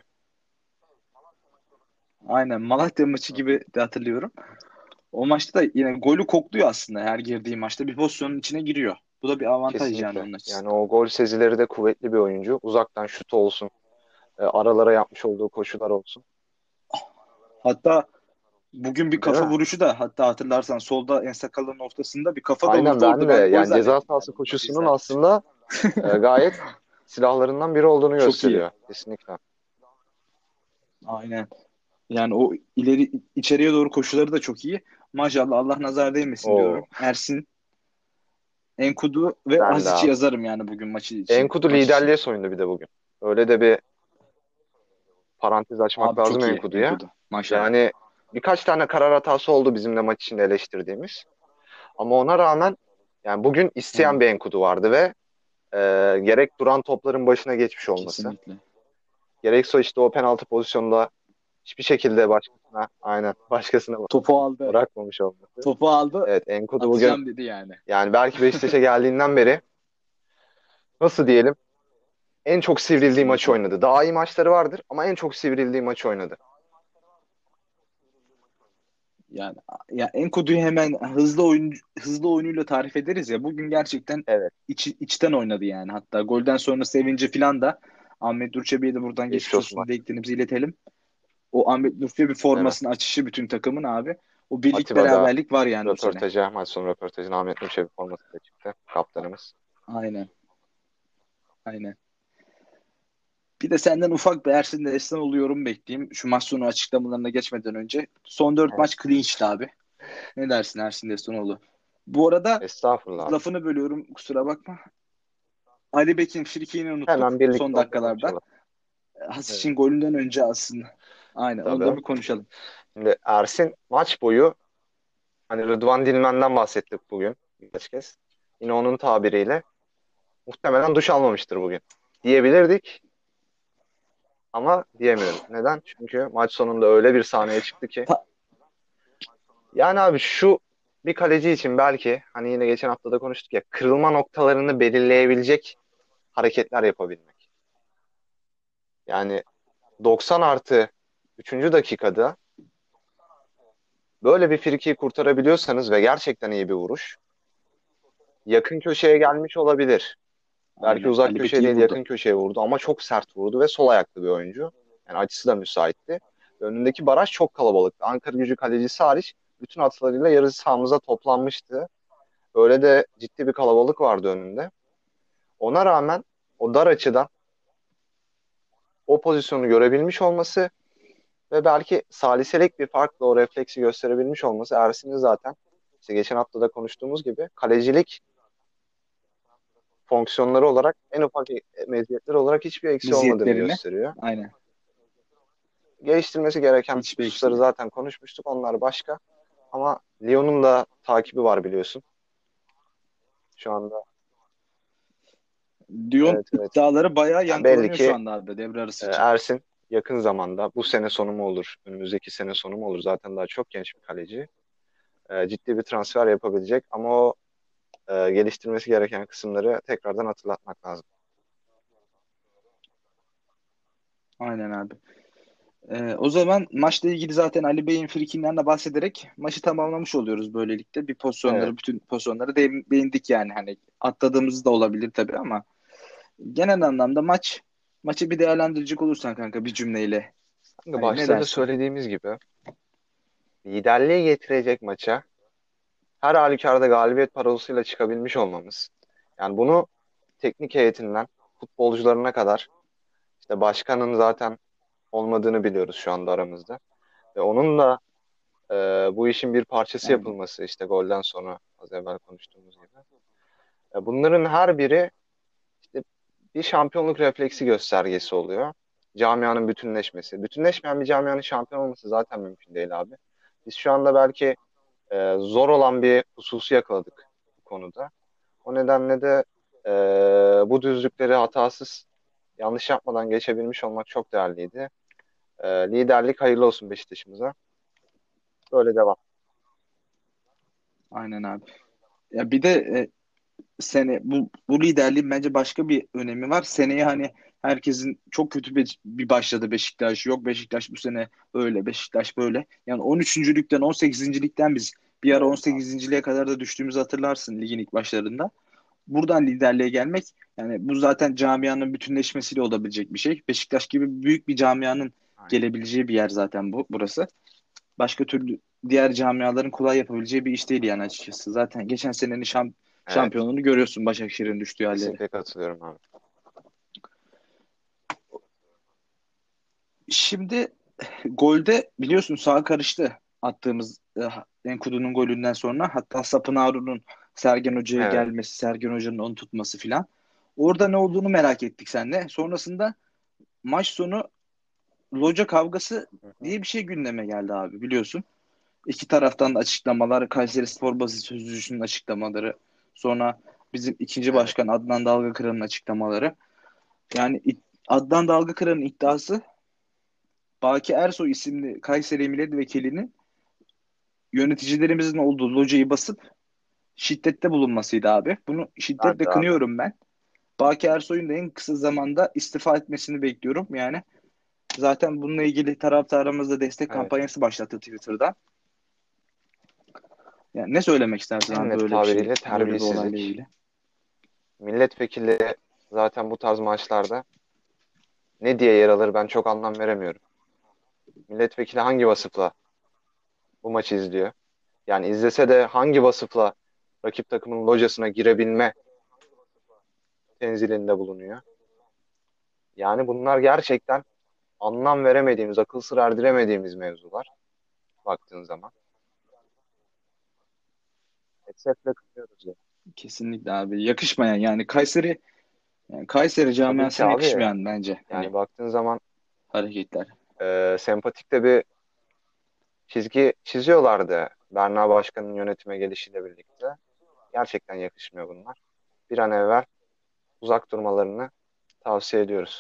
Aynen Malatya maçı Hı hı. gibi de hatırlıyorum. O maçta da yine golü kokluyor aslında her girdiği maçta. Bir pozisyonun içine giriyor. Bu da bir avantaj yani Kesinlikle. onun Yani açısından. o gol sezileri de kuvvetli bir oyuncu. Uzaktan şut olsun, e, aralara yapmış olduğu koşular olsun. Hatta bugün bir Değil kafa mi? vuruşu da hatta hatırlarsan solda en sakalının ortasında bir kafa da Aynen, vurdu ben orada. de Ben gol yani ceza zannettim sahası yani maçı koşusunun izlerken. aslında e, gayet silahlarından biri olduğunu Çok iyi. gösteriyor. Kesinlikle. Aynen. Yani o ileri içeriye doğru koşuları da çok iyi. Maşallah Allah nazar değmesin Oo, diyorum. Ersin, Enkudu ve ben de Azic'i abi. yazarım yani bugün maçı için. Enkudu Maç için. liderliğe soyundu bir de bugün. Öyle de bir parantez açmak Abi lazım çok iyi Enkudu'ya. Enkudu. Maşallah. Yani birkaç tane karar hatası oldu bizim de maç içinde eleştirdiğimiz. Ama ona rağmen yani bugün isteyen bir Evet. Enkudu vardı ve e, gerek duran topların başına geçmiş olması, Kesinlikle. gerekse işte o penaltı pozisyonunda hiçbir şekilde başkasına, aynen başkasına Topu aldı. bırakmamış olması. Topu aldı. Evet, Enkudu bugün Atacağım dedi yani. yani belki Beşiktaş'a geldiğinden beri nasıl diyelim en çok sivrildiği maçı Kesinlikle. oynadı. Daha iyi maçları vardır ama en çok sivrildiği maçı oynadı. Yani ya Enkudu'yu hemen hızlı oyun hızlı oyunuyla tarif ederiz ya. Bugün gerçekten Evet, iç, içten oynadı yani. Hatta golden sonra sevinci falan da Ahmet Durçebi'ye de buradan geçmiş geçmiş olsun olsun bak, dileklerimizi iletelim. O Ahmet Durçebi değil mi? formasını açışı bütün takımın abi. O birlik Atiba da beraberlik var yani o sene. röportaja, maç sonu röportajına Ahmet Nur Çebi formasıyla çıktı. Kaptanımız. Aynen. Aynen. Bir de senden ufak bir Ersin Destan oluyorum bekleyeyim. Şu maç sonu açıklamalarına geçmeden önce. Son dört Evet. maç clean sheet abi. Ne dersin Ersin Destanoğlu? Bu arada Estağfurullah abi. lafını bölüyorum kusura bakma. Ali Bekir'in frikini Hemen unuttuk birlikte son onu dakikalarda. konuşalım. Evet. Hasic'in golünden önce aslında. Aynen onu da Tabii. bir konuşalım. Şimdi Ersin maç boyu hani Rıdvan Dilmen'den bahsettik bugün birkaç kez. Yine onun tabiriyle muhtemelen duş almamıştır bugün diyebilirdik ama diyemiyoruz. Neden? Çünkü maç sonunda öyle bir sahneye çıktı ki. Ta- Yani abi şu bir kaleci için belki hani yine geçen hafta da konuştuk ya kırılma noktalarını belirleyebilecek hareketler yapabilmek. Yani doksan artı üçüncü dakikada böyle bir frikiyi kurtarabiliyorsanız ve gerçekten iyi bir vuruş. Yakın köşeye gelmiş olabilir. Belki Aynen. uzak Ali köşeye Bekir değil vurdu. yakın köşeye vurdu ama çok sert vurdu ve sol ayaklı bir oyuncu. Yani açısı da müsaitti. Önündeki baraj çok kalabalıktı. Ankara Gücü kalecisi hariç bütün hatlarıyla yarı sahamıza toplanmıştı. Öyle de ciddi bir kalabalık vardı önünde. Ona rağmen o dar açıdan o pozisyonu görebilmiş olması ve belki saliselik bir farkla o refleksi gösterebilmiş olması Ersin'in zaten işte geçen hafta da konuştuğumuz gibi kalecilik fonksiyonları olarak en ufak meziyetleri olarak hiçbir eksi olmadığını Meziyetlerini. gösteriyor. Aynen. Geliştirmesi gereken Hiçbir hususları eksiği. zaten konuşmuştuk. Onlar başka. Ama Lyon'un da takibi var biliyorsun şu anda. Lyon Evet, evet. iddiaları bayağı Yani belli yankılanıyor şu ki anda abi devre e, arası için. Ersin yakın zamanda bu sene sonu mu olur, önümüzdeki sene sonu mu olur? Zaten daha çok genç bir kaleci. E, ciddi bir transfer yapabilecek ama o e, geliştirmesi gereken kısımları tekrardan hatırlatmak lazım. Aynen abi. Ee, o zaman maçla ilgili zaten Ali Bey'in frikinden de bahsederek maçı tamamlamış oluyoruz böylelikle. Bir Evet. pozisyonları, bütün pozisyonları değin- değindik yani. Hani atladığımız da olabilir tabii ama genel anlamda maç maçı bir değerlendirecek olursan kanka bir cümleyle. Kanka Hani ne başta da dersin? söylediğimiz gibi liderliğe getirecek maça her halükarda galibiyet parolosuyla çıkabilmiş olmamız. Yani bunu teknik heyetinden futbolcularına kadar işte başkanın zaten olmadığını biliyoruz şu anda aramızda. Ve onun da e, bu işin bir parçası Aynen. yapılması işte golden sonra az evvel konuştuğumuz gibi. E, bunların her biri işte bir şampiyonluk refleksi göstergesi oluyor. Camianın bütünleşmesi. Bütünleşmeyen bir camianın şampiyon olması zaten mümkün değil abi. Biz şu anda belki e, zor olan bir hususu yakaladık bu konuda. O nedenle de e, bu düzlükleri hatasız, yanlış yapmadan geçebilmiş olmak çok değerliydi. E, liderlik hayırlı olsun Beşiktaş'ımıza. Böyle devam. Aynen abi. Ya bir de e, sene bu bu liderliğin bence başka bir önemi var. Seneye hani herkesin çok kötü bir, bir başladı Beşiktaş. Yok Beşiktaş bu sene öyle, Beşiktaş böyle. Yani on üçüncü.lükten on sekizincilikten biz bir ara Evet abi. on sekizinciliğe kadar da düştüğümüzü hatırlarsın ligin ilk başlarında. Buradan liderliğe gelmek yani bu zaten camianın bütünleşmesiyle olabilecek bir şey. Beşiktaş gibi büyük bir camianın Aynen. gelebileceği bir yer zaten bu burası. Başka türlü diğer camiaların kolay yapabileceği bir iş değil yani açıkçası. Zaten geçen senenin şamp Evet. şampiyonluğunu görüyorsun Başakşehir'in düştüğü halleri. Kesinlikle katılıyorum abi. Şimdi golde biliyorsun sağ karıştı attığımız e, Enkudu'nun golünden sonra. Hatta Sapın Harun'un Sergen Hoca'ya Evet. gelmesi, Sergen Hoca'nın onu tutması filan. Orada ne olduğunu merak ettik seninle. Sonrasında maç sonu loca kavgası Hı hı. diye bir şey gündeme geldi abi biliyorsun. İki taraftan da açıklamalar, Kayserispor basın sözcüsünün açıklamaları, sonra bizim ikinci Evet. başkan Adnan Dalgakıran'ın açıklamaları. Yani Adnan Dalgakıran'ın iddiası Baki Ersoy isimli Kayseri milletvekilinin yöneticilerimizin olduğu locayı basıp şiddette bulunmasıydı abi. Bunu Ben şiddetle de abi. kınıyorum ben. Baki Ersoy'un da en kısa zamanda istifa etmesini bekliyorum. Yani zaten bununla ilgili taraftarımız da destek Evet. kampanyası başlattı Twitter'da. Yani ne söylemek istersin En abi net böyle bir şey, tabiriyle böyle bir olayla terbiyesizlik. ilgili? Milletvekilleri zaten bu tarz maçlarda ne diye yer alır ben çok anlam veremiyorum. Milletvekili hangi vasıfla bu maçı izliyor? Yani izlese de hangi vasıfla rakip takımın locasına girebilme tenzilinde bulunuyor? Yani bunlar gerçekten anlam veremediğimiz, akıl sır erdiremediğimiz mevzular baktığın zaman. Esefle kınıyoruz ya. Kesinlikle abi. Yakışmayan yani Kayseri yani Kayseri Tabii ki camiasına abi. yakışmayan bence Yani hani baktığın zaman hareketler. e, sempatik de bir çizgi çiziyorlardı Berna Başkan'ın yönetime gelişiyle birlikte. Gerçekten yakışmıyor bunlar. Bir an evvel uzak durmalarını tavsiye ediyoruz.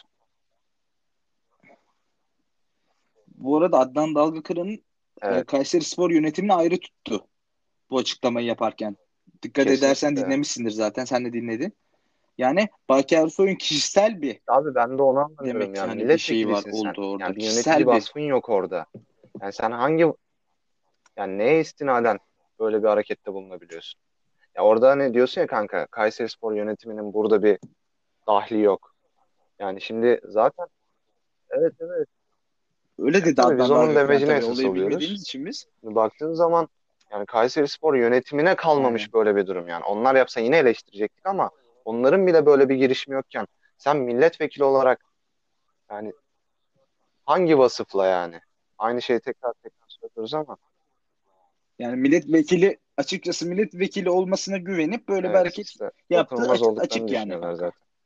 Bu arada Adnan Dalgakıran'ın e, Evet, Kayserispor yönetimini ayrı tuttu bu açıklamayı yaparken. Dikkat edersen kesinlikle. dinlemişsindir zaten. Sen de dinledin. Yani Baki Ersoy'un kişisel bir Abi ben de onu anlamıyorum demek ki ya. hani bir şeyi var Milletvekilisin sen. oldu orada. Yani bir yönetici Kişisel bir vasfın yok orada. Yani sen hangi, yani neye istinaden böyle bir harekette bulunabiliyorsun? Ya orada hani diyorsun ya kanka, Kayserispor yönetiminin burada bir dahli yok. Yani şimdi zaten evet, evet. öyle Yani dedi tabii biz Adnan onun Dalgakıran demecine tabii esas olayı alıyoruz. bilmediğimiz için biz. Şimdi baktığın zaman Yani Kayserispor yönetimine Aynen. kalmamış böyle bir durum yani. Onlar yapsa yine eleştirecektik ama onların bile böyle bir girişimi yokken sen milletvekili olarak yani hangi vasıfla yani? Aynı şeyi tekrar tekrar söylüyoruz ama Yani milletvekili, açıkçası milletvekili olmasına güvenip böyle bir evet hareket işte yaptığı dokunulmaz açık, olduklarını açık yani düşünüyorlar kanka. zaten.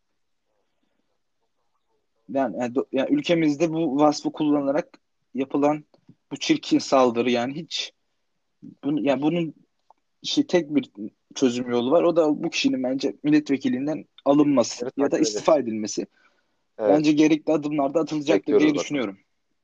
Yani, yani, do- yani ülkemizde bu vasfı kullanarak yapılan bu çirkin saldırı, yani hiç bunu, yani bunun işte tek bir çözüm yolu var. O da bu kişinin bence milletvekilinden alınması Geri ya da takip istifa ederiz. edilmesi. Bence Evet. gerekli adımlar da atılacaktır diye Bekliyoruz bakalım. düşünüyorum.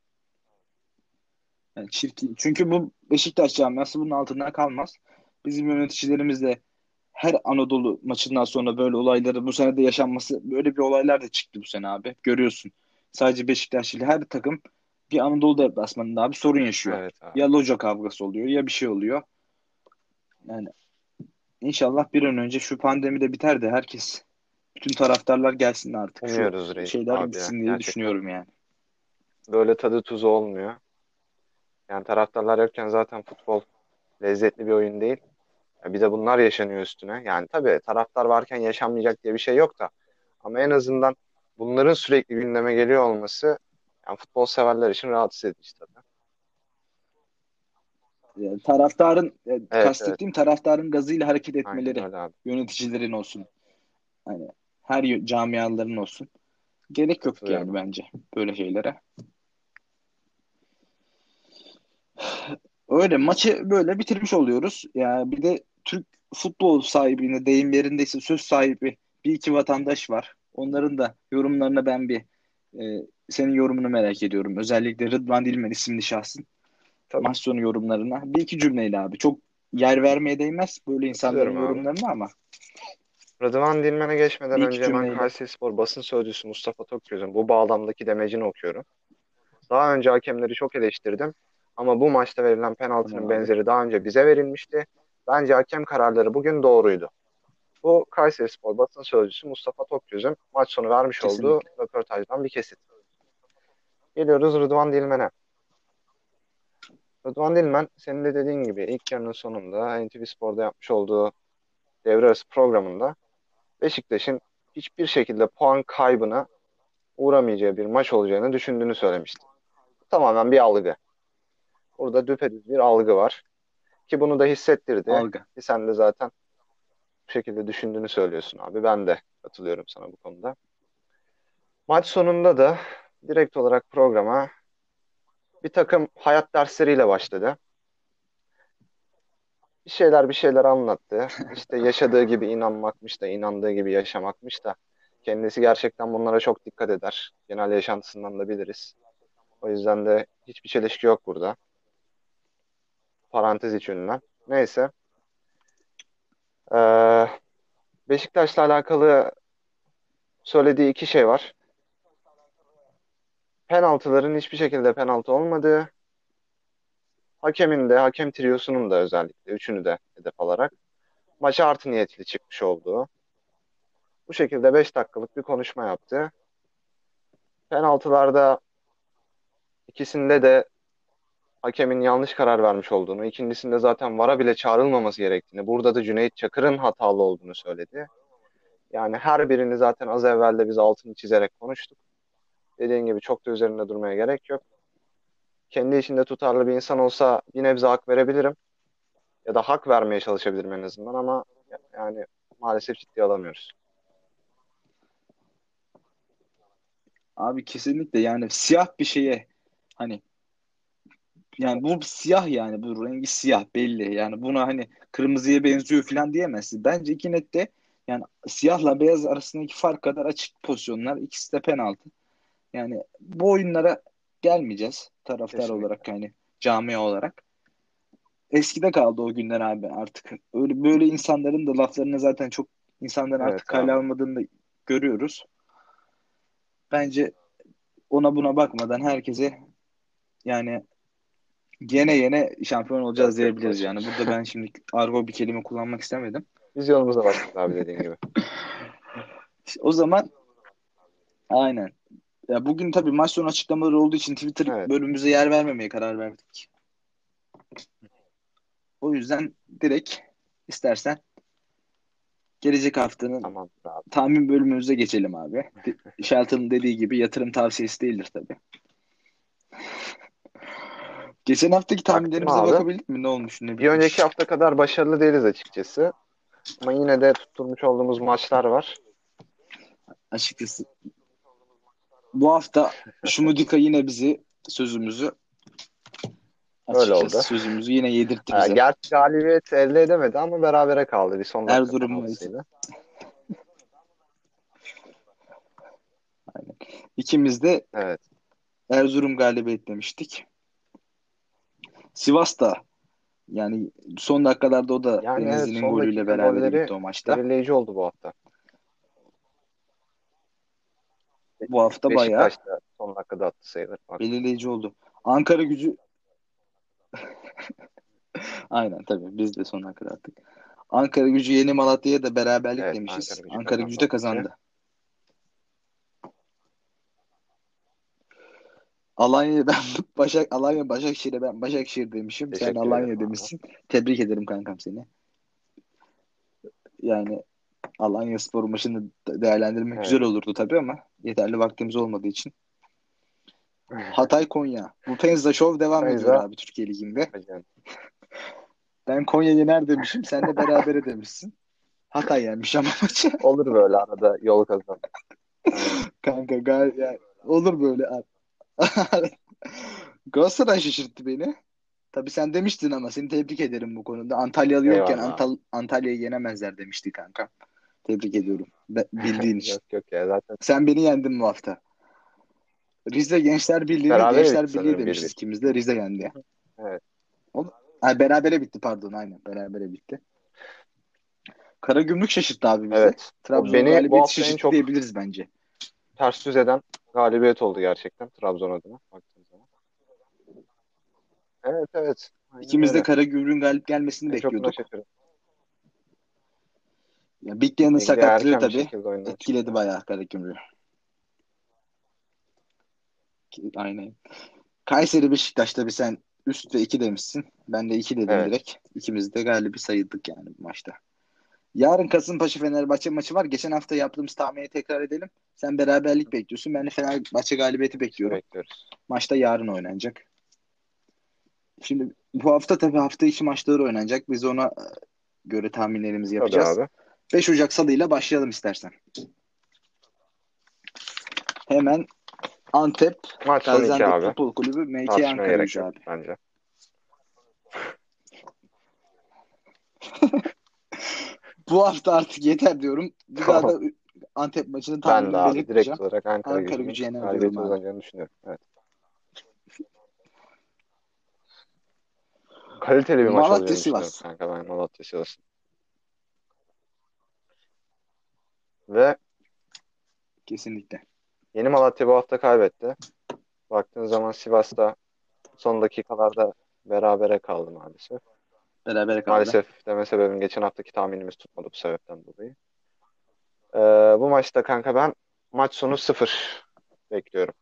Yani çirkin. Çünkü bu Beşiktaş camiası bunun altından kalmaz. Bizim yöneticilerimiz de her Anadolu maçından sonra böyle olayları, bu sene de yaşanması, böyle bir olaylar da çıktı bu sene abi. Görüyorsun. Sadece Beşiktaş değil, her takım bir Anadolu deplasmanında abi sorun yaşıyor. Evet abi. Ya loca kavgası oluyor ya bir şey oluyor. Yani inşallah bir an önce şu pandemi de biter de herkes, bütün taraftarlar gelsin artık. Şu Umuyoruz reis şeyler abi ya. bitsin diye Gerçekten. düşünüyorum yani. Böyle tadı tuzu olmuyor. Yani taraftarlar yokken zaten futbol lezzetli bir oyun değil. Ya bir de bunlar yaşanıyor üstüne. Yani tabii taraftar varken yaşanmayacak diye bir şey yok da. Ama en azından bunların sürekli gündeme geliyor olması yani futbol severler için rahatsız edici tabii. Yani taraftarın, e, Evet evet. kastettiğim taraftarın gazıyla hareket Aynen etmeleri, öyle abi. yöneticilerin olsun. Hani her y- camiaların olsun. Gerek yok Katılıyorum yani abi. bence böyle şeylere. Öyle maçı böyle bitirmiş oluyoruz. Ya bir de Türk futbol sahibine, deyim yerindeyse söz sahibi bir iki vatandaş var. Onların da yorumlarına ben bir, e, senin yorumunu merak ediyorum. Özellikle Rıdvan Dilmen isimli şahsın Tabii. maç sonu yorumlarına. Bir iki cümleyle abi. Çok yer vermeye değmez böyle insanların Katılıyorum abi. yorumlarına ama Rıdvan Dilmen'e geçmeden bir iki önce hemen cümleyle. Kayserispor basın sözcüsü Mustafa Tokgöz'ün bu bağlamdaki demecini okuyorum. Daha önce hakemleri çok eleştirdim ama bu maçta verilen Tamam penaltının abi. benzeri daha önce bize verilmişti. Bence hakem kararları bugün doğruydu. Bu Kayserispor basın sözcüsü Mustafa Tokgöz'ün maç sonu vermiş olduğu Kesinlikle. röportajdan bir kesit. Geliyoruz Rıdvan Dilmen'e. Rıdvan Dilmen senin de dediğin gibi ilk yarının sonunda N T V Spor'da yapmış olduğu devre arası programında Beşiktaş'ın hiçbir şekilde puan kaybına uğramayacağı bir maç olacağını düşündüğünü söylemişti. Tamamen bir algı. Burada düpedüz bir algı var. Ki bunu da hissettirdi. Algı. Ki sen de zaten bu şekilde düşündüğünü söylüyorsun abi. Ben de katılıyorum sana bu konuda. Maç sonunda da direkt olarak programa bir takım hayat dersleriyle başladı. Bir şeyler bir şeyler anlattı. İşte yaşadığı gibi inanmakmış da inandığı gibi yaşamakmış da kendisi gerçekten bunlara çok dikkat eder. Genel yaşantısından da biliriz. O yüzden de hiçbir çelişki yok burada. Parantez içinden. Neyse. Ee, Beşiktaş'la alakalı söylediği iki şey var. Penaltıların hiçbir şekilde penaltı olmadığı, hakemin de, hakem triosunun da özellikle üçünü de hedef alarak maça artı niyetli çıkmış olduğu. Bu şekilde beş dakikalık bir konuşma yaptı. Penaltılarda ikisinde de hakemin yanlış karar vermiş olduğunu, ikincisinde zaten VAR'a bile çağrılmaması gerektiğini, burada da Cüneyt Çakır'ın hatalı olduğunu söyledi. Yani her birini zaten az evvel de biz altını çizerek konuştuk. Dediğin gibi çok da üzerinde durmaya gerek yok. Kendi içinde tutarlı bir insan olsa bir nebze hak verebilirim. Ya da hak vermeye çalışabilirim en azından ama yani maalesef ciddiye alamıyoruz. Abi kesinlikle, yani siyah bir şeye, hani yani bu siyah, yani bu rengi siyah belli. Yani buna hani kırmızıya benziyor falan diyemezsin. Bence iki net de, yani siyahla beyaz arasındaki fark kadar açık pozisyonlar. İkisi de penaltı. Yani bu oyunlara gelmeyeceğiz taraftar olarak, Kesinlikle. yani camia olarak. Eskide kaldı o günler abi artık. Öyle böyle insanların da laflarına zaten çok, insanların artık Evet kale abi. almadığını da görüyoruz. Bence ona buna bakmadan herkese, yani gene yene şampiyon olacağız Yok yok diyebiliriz boş yani. ver. Burada ben şimdi argo bir kelime kullanmak istemedim. Biz yolumuza baktık abi dediğin gibi. İşte o zaman aynen. Ya bugün tabii maç sonu açıklamaları olduğu için Twitter Evet. bölümümüze yer vermemeye karar verdik. O yüzden direkt istersen gelecek haftanın Tamamdır abi. tahmin bölümümüze geçelim abi. Shelton'un dediği gibi yatırım tavsiyesi değildir tabii. Geçen haftaki Baktım tahminlerimize abi. bakabildik mi? Ne olmuş, ne Bir önceki bitmiş? hafta kadar başarılı değiliz açıkçası. Ama yine de tutturmuş olduğumuz maçlar var. Açıkçası bu hafta Şumudika yine bizi sözümüzü Öyle açıkçası oldu. sözümüzü yine yedirtti Ee, bize. gerçi galibiyet elde edemedi ama berabere kaldı bir son dakika Erzurum maçı. penaltısıyla. Aynen. İkimiz de Evet. Erzurum galibiyet demiştik. Sivas da yani son dakikalarda o da Yani evet, Denizli'nin son golüyle dakika berabere golleri bitti o maçta. belirleyici oldu bu hafta. Be- Bu hafta bayağı Beşiktaş da son dakikada attı sayılır baktığımız belirleyici zaman. oldu. Ankara Gücü aynen tabii biz de sonuna kadar attık. Ankara Gücü Yeni Malatya'ya da beraberlik Evet, Ankara demişiz. Gücü Ankara kazandı Gücü o de maçı. kazandı. Alanya'ya ben Başak Alanya Başakşehir'e ben Başakşehir demişim. Sen Teşekkür ederim Alanya abi. demişsin. Tebrik ederim kankam seni. Yani Alanyaspor maçını de- değerlendirmek Evet. güzel olurdu tabii ama yeterli vaktimiz olmadığı için. Hatay Konya. Bu Penza Show devam ediyor Feyza abi Türkiye Ligi'nde. hocam. Ben Konya yener demişim. Sen de berabere demişsin. Hatay yenmiş ama maçı. Olur böyle arada yol kazan. Aynen. Kanka gal yani olur böyle. Galatasaray şaşırttı beni. Tabii sen demiştin ama seni tebrik ederim bu konuda. Antalyalı yokken Eyvallah abi. Antal Antalya'yı yenemezler demişti kanka. Tebrik ediyorum. Be- bildiğin için. Yok yok ya, zaten Sen beni yendin bu hafta. Rize Gençler Birliği'ni berabere bitti Gençler Birliği sanırım demişiz bir bir. ikimiz de. Rize yendi. Evet. O, ha, berabere bitti pardon aynen. Berabere bitti. Karagümrük şaşırttı abi bize. Evet. O Trabzon beni bu galibiyeti hafta en şaşırttı çok diyebiliriz bence. ters düz eden galibiyet oldu gerçekten Trabzon adına baktığım zaman. Evet evet. Aynen İkimiz de öyle. Karagümrük'ün galip gelmesini En çok buna bekliyorduk. şaşırdım. Ya Biggen'in Ege sakatlığı erken bir tabii şekilde oyundan etkiledi çıktı. bayağı Karagümrük'ü. Ki- Aynen. Kayseri Beşiktaş tabii sen üst ve iki demişsin. Ben de iki dedim Evet. direkt. İkimiz de galibi sayıldık yani bu maçta. Yarın Kasımpaşa Fenerbahçe maçı var. Geçen hafta yaptığımız tahmini tekrar edelim. Sen beraberlik bekliyorsun. Ben de Fenerbahçe galibiyeti İşte bekliyorum. bekliyoruz. Maçta yarın oynanacak. Şimdi bu hafta tabii hafta içi maçları oynanacak. Biz ona e, göre tahminlerimizi Tabii yapacağız. abi. beş Ocak Salı ile başlayalım istersen. Hemen Antep Maç sonu iki Gaziantep abi. Futbol Kulübü M K Tartışmaya Ankara gerek Gücü yok abi. bence. Bu hafta artık yeter diyorum. Bir daha Tamam. da Antep maçının Ben de tahminini abi direkt belirtmeyeceğim. olarak Ankara Ankara Gücü'nün Gücü yener diyorum galibiyeti abi. uzanacağını düşünüyorum. Evet. Kaliteli bir maç Malatya olacağını düşünüyorum Sivas. kanka ben Malatya Sivas'ın. Ve Kesinlikle. yeni Malatya bu hafta kaybetti. Baktığın zaman Sivas'ta son dakikalarda berabere kaldı maalesef. Berabere kaldı. Maalesef deme sebebim geçen haftaki tahminimiz tutmadı bu sebepten dolayı. Ee, bu maçta kanka ben maç sonu sıfır bekliyorum.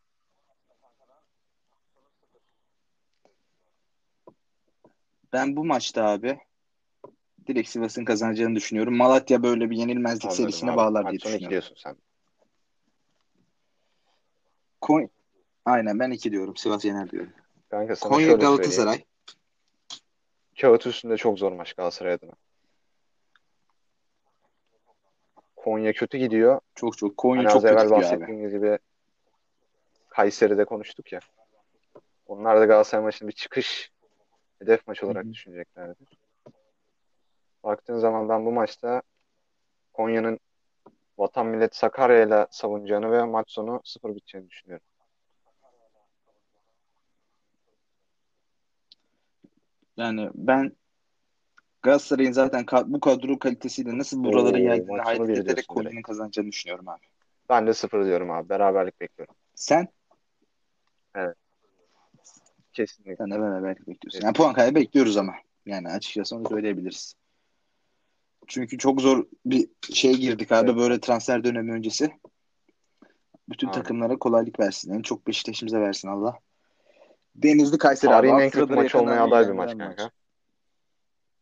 Ben bu maçta abi direkt Sivas'ın kazanacağını düşünüyorum. Malatya böyle bir yenilmezlik Anladım serisine abi. bağlar Maç diye sonu iki düşünüyorum. diyorsun sen. Kon Aynen ben iki diyorum. Sivas yener diyorum. Kanka sana Konya şöyle söyleyeyim. Galatasaray. Kağıt üstünde çok zor maç Galatasaray adına. Konya kötü gidiyor. Çok çok. Konya Hani az çok kötü evvel gidiyor abi. bahsettiğimiz gibi Kayseri'de konuştuk ya. Onlar da Galatasaray maçını bir çıkış hedef maç Hı olarak hı. düşüneceklerdir. Baktığın zaman ben bu maçta Konya'nın Vatan Millet Sakarya'yla savunacağını ve maç sonu sıfır biteceğini düşünüyorum. Yani ben Galatasaray'ın zaten ka- bu kadro kalitesiyle nasıl buralara Oo, geldiğini maç sonu hayret bir ederek diyorsun Konya'nın direkt. kazanacağını düşünüyorum abi. Ben de sıfır diyorum abi. Beraberlik bekliyorum. Sen? Evet, Sen de kesinlikle. beraberlik bekliyorsun. Yani puan Kesinlikle. kaybı bekliyoruz ama. Yani açıkçası onu söyleyebiliriz. Çünkü çok zor bir şeye girdik abi Evet böyle transfer dönemi öncesi. Bütün abi. takımlara kolaylık versin. En çok Beşiktaş'ımıza versin Allah. Denizli Kayseri abi. Tarihin Alt en kötü sıralara maçı yakından olmaya bir aday bir maç ilgilendiren bir kanka. maç.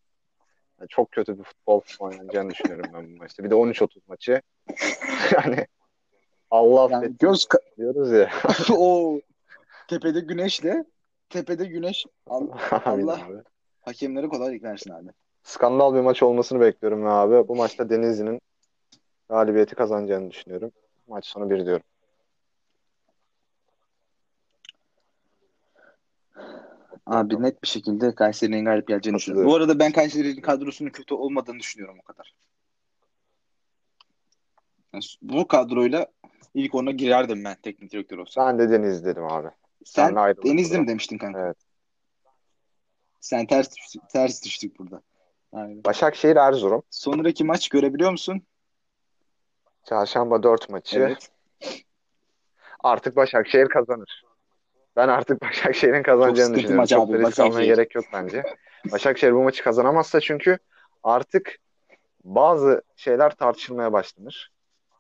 Yani çok kötü bir futbol oynanacağını düşünüyorum ben bu maçta. Bir de on üç otuz maçı. Yani Allah Yani affetsin göz ka- diyoruz ya. o tepede güneşle tepede güneş Al- Amin Allah abi. hakemlere kolaylık versin abi. Skandal bir maç olmasını bekliyorum abi. Bu maçta Denizli'nin galibiyeti kazanacağını düşünüyorum. Maç sonu bir diyorum. Abi net bir şekilde Kayseri'nin galip geleceğini düşünüyorum. Bu Katılıyorum. arada ben Kayseri'nin kadrosunun kötü olmadığını düşünüyorum o kadar. Yani bu kadroyla ilk ona girerdim ben teknik direktör olsam. Ben de Deniz dedim abi. Sen Senle ayrılık Denizli burada. mi demiştin kanka? Evet. Sen ters düştük, ters düştük burada. Aynen. Başakşehir Erzurum. Sonraki maç görebiliyor musun? Çarşamba dört maçı. Evet. Artık Başakşehir kazanır. Ben artık Başakşehir'in Çok kazanacağını sıkıntı düşünüyorum. maç Çok da abi risk almaya Başakşehir. gerek yok bence. Başakşehir bu maçı kazanamazsa çünkü artık bazı şeyler tartışılmaya başlanır.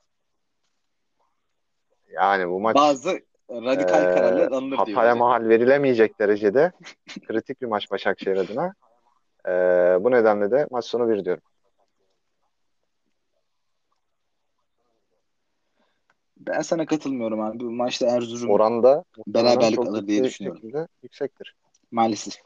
Yani bu maç Bazı e, radikal kararlar alınır hataya diyoruz yani. mahal verilemeyecek derecede kritik bir maç Başakşehir adına. E, bu nedenle de maç sonu bir diyorum. Ben sana katılmıyorum abi. Bu maçta Erzurum Oranda muhtemelen beraberlik çok alır diye ciddi düşünüyorum. şekilde yüksektir. Maalesef.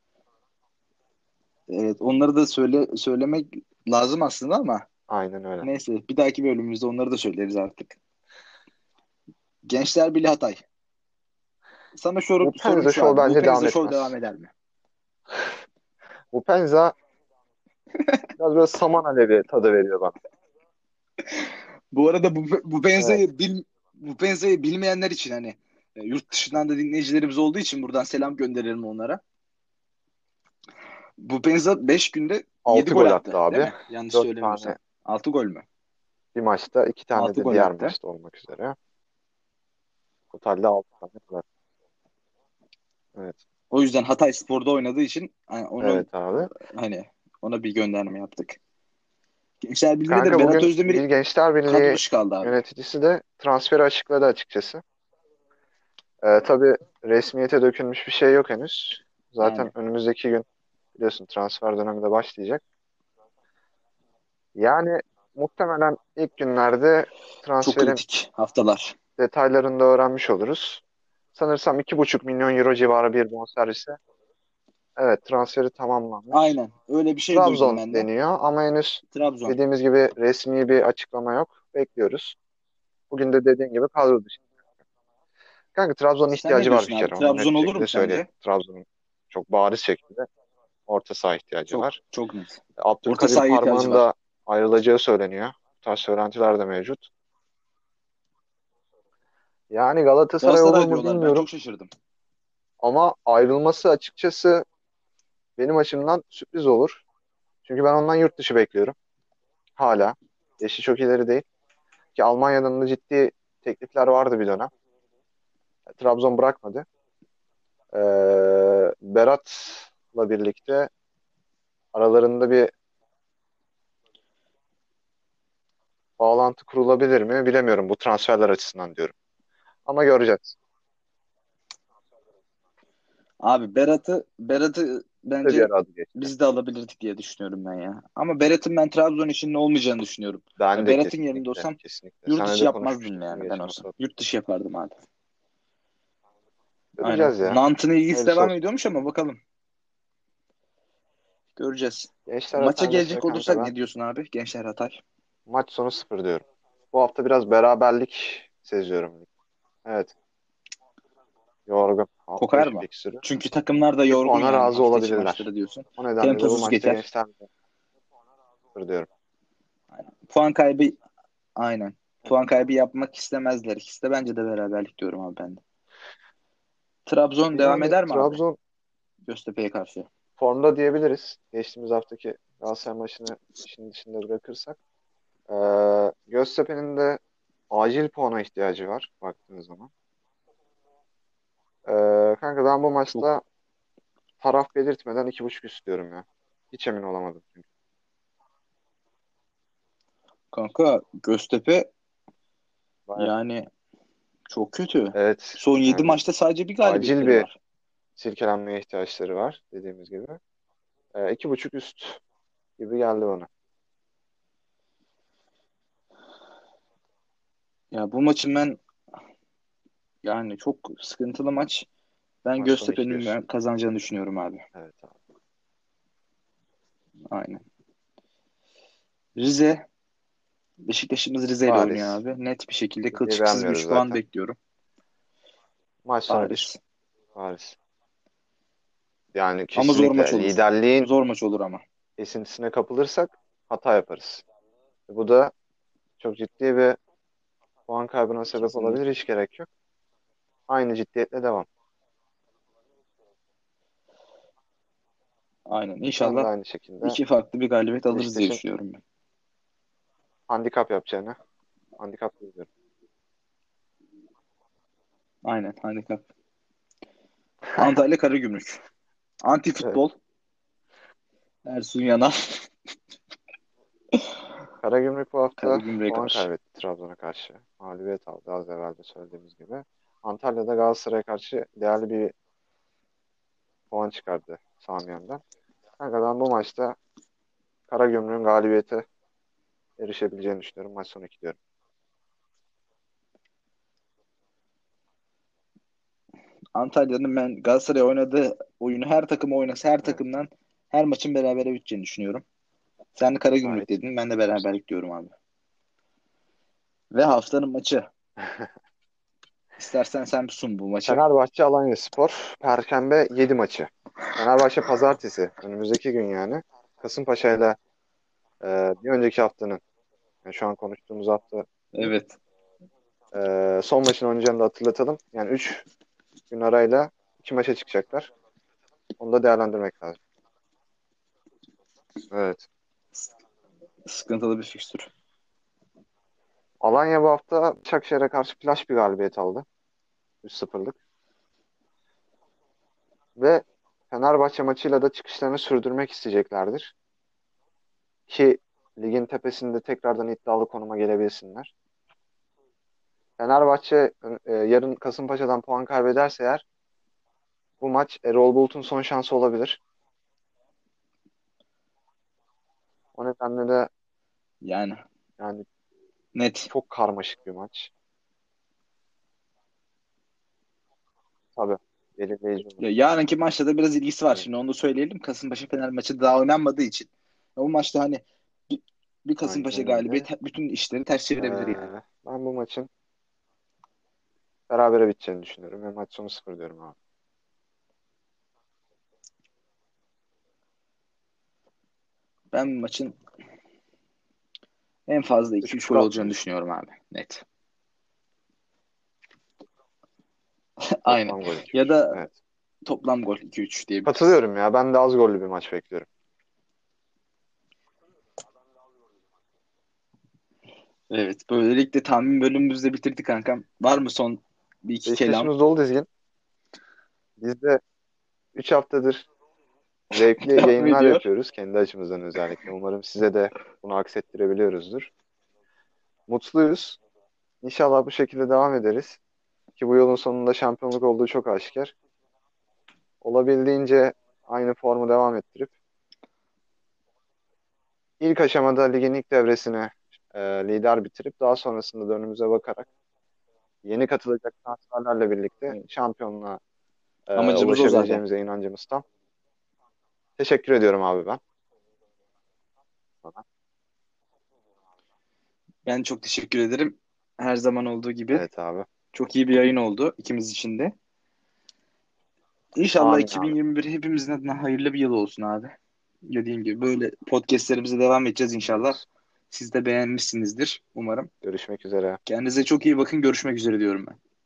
Evet, onları da söyle söylemek lazım aslında ama Aynen öyle. neyse bir dahaki bölümümüzde onları da söyleriz artık. Gençler Birliği Hatay. Sana Bu sorum, sorum Penza şu Show abi. Bu bence devam Penza Show devam etmez. eder mi? Bu Penza biraz böyle saman alevi tadı veriyor bana. Bu arada bu, bu Evet. Penza'yı bil, bu Penza'yı bilmeyenler için hani e, yurt dışından da dinleyicilerimiz olduğu için buradan selam gönderelim onlara. Bu Penza beş günde yedi altı gol gol attı attı değil abi. mi? Yanlış dört tane söylemiyorsam. Altı gol mü? bir maçta, iki tane Altı de gol diğer attı. maçta olmak üzere. Totalde altı tane gol attı. Evet. O yüzden Hatay Spor'da oynadığı için hani onu Evet abi. hani ona bir gönderme yaptık. Gençler Birliği'nde de Kanka Berat bugün Özdemir İl Gençler kadro Birliği dışı kaldı abi. yöneticisi de transferi açıkladı açıkçası. Ee, tabii resmiyete dökülmüş bir şey yok henüz. Yani Zaten önümüzdeki gün biliyorsun transfer dönemi de başlayacak. Yani muhtemelen ilk günlerde çok transferin kritik haftalar. detaylarını da öğrenmiş oluruz. Sanırsam iki buçuk milyon euro civarı bir bonservise. Evet, transferi tamamlanmış. Aynen. Öyle bir şey duydum Trabzon ben de. deniyor ama henüz Trabzon. dediğimiz gibi resmi bir açıklama yok. Bekliyoruz. Bugün de dediğin gibi kadro dışı. Kanka Trabzon'un Sen ne ihtiyacı var diyorsun bir abi? kere. Onu net Trabzon bir olur mu şekilde söyleyelim. sence? Trabzon'un çok bariz şekilde orta saha ihtiyacı Çok var. çok net. Orta Abdülkadir sahaya ihtiyacı Parmak'ın var. da ayrılacağı söyleniyor. Bu tarz söylentiler de mevcut. Yani Galatasaray olur Galatasaray mu diyorlar. Ben bilmiyorum. çok şaşırdım. Ama ayrılması açıkçası benim açımdan sürpriz olur. Çünkü ben ondan yurt dışı bekliyorum. Hala. Yaşı çok ileri değil. Ki Almanya'dan da ciddi teklifler vardı bir dönem. Trabzon bırakmadı. Ee, Berat'la birlikte aralarında bir bağlantı kurulabilir mi bilemiyorum bu transferler açısından diyorum. Ama göreceğiz. Abi Berat'ı Berat'ı Bir de bir bence ara adı geçti. biz de alabilirdik diye düşünüyorum ben ya. Ama Berat'ın ben Trabzon için ne olmayacağını düşünüyorum. Ben Ya de Berat'ın yerinde kesinlikle, olsam kesinlikle. yurt Seninle dışı de yapmazdım konuşmuştuk bunu yani ben geçen olsam. hafta. Yurt dışı yapardım abi. Aynen. Göreceğiz ya. Nant'ın ilgisi Hayırlısı devam olsun. ediyormuş ama bakalım. Göreceğiz. Gençler Maça Hatay maçına gelecek kanka olursak ben ne diyorsun abi? Gençler Hatay. maç sonu sıfır diyorum. Bu hafta biraz beraberlik seziyorum. Evet. Yorgun. Hafta Kokar içi mı? fikstürü. Çünkü takımlar da Bir yorgun puana yani razı hafta içi olabilirler. maçları diyorsun. O nedenle de bu Temposuz maçta geçer. gençler sıfır diyorum. Aynen. Puan kaybı aynen. Puan kaybı yapmak istemezler. İkisi de bence de beraberlik diyorum abi ben de. Trabzon devam Yani eder mi abi? Trabzon Göztepe'ye karşı. formda diyebiliriz. Geçtiğimiz haftaki Galatasaray maçını işin dışında bırakırsak. Ee, Göztepe'nin de acil puana ihtiyacı var baktığınız zaman. Ee, kanka ben bu maçta Çok taraf belirtmeden iki buçuk istiyorum ya. Hiç emin olamadım çünkü. kanka Göztepe Baya- yani çok kötü. Evet Son yedi yani maçta sadece bir acil galibiyetleri bir var. silkelenmeye ihtiyaçları var dediğimiz gibi. Ee, iki buçuk üst gibi geldi bana. Ya bu maçın ben yani çok sıkıntılı maç. Ben Maç sonu iki Göztepe'nin diyorsun. ben kazanacağını düşünüyorum abi. Evet abi. Aynen. Rize. Beşiktaş'ımız Rize ile oynuyor Bariz. abi. Net bir şekilde Rize'yi kılçıksız bir beğenmiyoruz üç puan zaten. bekliyorum. Maç sonu bir. Paris. Bariz. Yani Ama zor maç kesinlikle olur. liderliğin Zor maç olur ama. esintisine kapılırsak hata yaparız. Bu da çok ciddi bir puan kaybına sebep olabilir. Kesinlikle. Hiç gerek yok. Aynı ciddiyetle devam. Aynen. Ben de İnşallah aynı şekilde iki farklı bir galibiyet alırız diye Beşiktaş'ın düşünüyorum ben. handikap yapacağını handikap görüyorum. Aynen. Handikap. Antalya Karagümrük. Anti Evet. futbol. Ersun Yanal. Karagümrük bu hafta Karagümrük'e puan karşı. kaybetti Trabzon'a karşı. Mağlubiyet aldı az evvel de söylediğimiz gibi. Antalya'da Galatasaray'a karşı değerli bir puan çıkardı Sami Yen'den. Kanka ben bu maçta Karagümrük'ün galibiyete erişebileceğini düşünüyorum. Maç sonu iki diyorum. Antalya'nın ben Galatasaray oynadığı oyunu her takım oynasa her Evet. takımdan her maçın berabere biteceğini düşünüyorum. Sen de Karagümrük Gayet. dedin. Ben de beraberlik diyorum abi. Ve haftanın maçı. İstersen sen sun bu maçı. Fenerbahçe Alanyaspor Perşembe yedi maçı. Fenerbahçe Pazartesi önümüzdeki gün yani. Kasımpaşa ile e, bir önceki haftanın yani şu an konuştuğumuz haftanın Evet. e, son maçını oynayacağını da hatırlatalım. Yani üç gün arayla iki maça çıkacaklar. Onu da değerlendirmek lazım. Evet. Sıkıntılı bir fikstür. Alanya bu hafta Başakşehir'e karşı flash bir galibiyet aldı. üç sıfırlık. Ve Fenerbahçe maçıyla da çıkışlarını sürdürmek isteyeceklerdir. Ki ligin tepesinde tekrardan iddialı konuma gelebilsinler. Fenerbahçe e, yarın Kasımpaşa'dan puan kaybederse eğer bu maç Erol Bulut'un son şansı olabilir. O nedenle de Yani yani net. çok karmaşık bir maç. Tabii belirleyici olur. Ya yarınki maçta da biraz ilgisi var. Evet, Şimdi onu da söyleyelim. Kasımpaşa Fener maçı daha oynanmadığı için. O maçta hani bir, bir Kasımpaşa aynen öyle. galibiyet bütün işleri ters çevirebilir yani. Ee, ben bu maçın berabere biteceğini düşünüyorum ve maç sonu sıfır diyorum abi. Ben bu maçın en fazla iki Üç üç buçuk gol alt mı olacağını diyorsun? düşünüyorum abi. Net. Aynen. Toplam gol Ya iki üç. da Evet. toplam gol iki üç diyebiliriz. Katılıyorum ya. Ben de az gollü bir maç bekliyorum. Evet. Böylelikle tahmin bölümümüzü de bitirdik kankam. Var mı son bir iki kelam? Beşiktaş'ımız dolu dizgin. Biz de üç haftadır zevkli Devam yayınlar ediyor. yapıyoruz. Kendi açımızdan özellikle. Umarım size de bunu aksettirebiliyoruzdur. Mutluyuz. İnşallah bu şekilde devam ederiz. Ki bu yolun sonunda şampiyonluk olduğu çok aşikar. Olabildiğince aynı formu devam ettirip ilk aşamada ligin ilk devresine e, lider bitirip daha sonrasında da önümüze bakarak yeni katılacak transferlerle birlikte Evet. şampiyonluğa e, Amacımız o zaten. ulaşabileceğimize inancımız tam. Teşekkür ediyorum abi ben. Sana. Ben çok teşekkür ederim. Her zaman olduğu gibi. Evet abi. Çok iyi bir yayın oldu ikimiz için de. İnşallah Amin abi. iki bin yirmi bir hepimizin adına hayırlı bir yıl olsun abi. Dediğim gibi böyle podcastlerimize devam edeceğiz inşallah. Evet. Siz de beğenmişsinizdir umarım. Görüşmek üzere. Kendinize çok iyi bakın. Görüşmek üzere diyorum ben.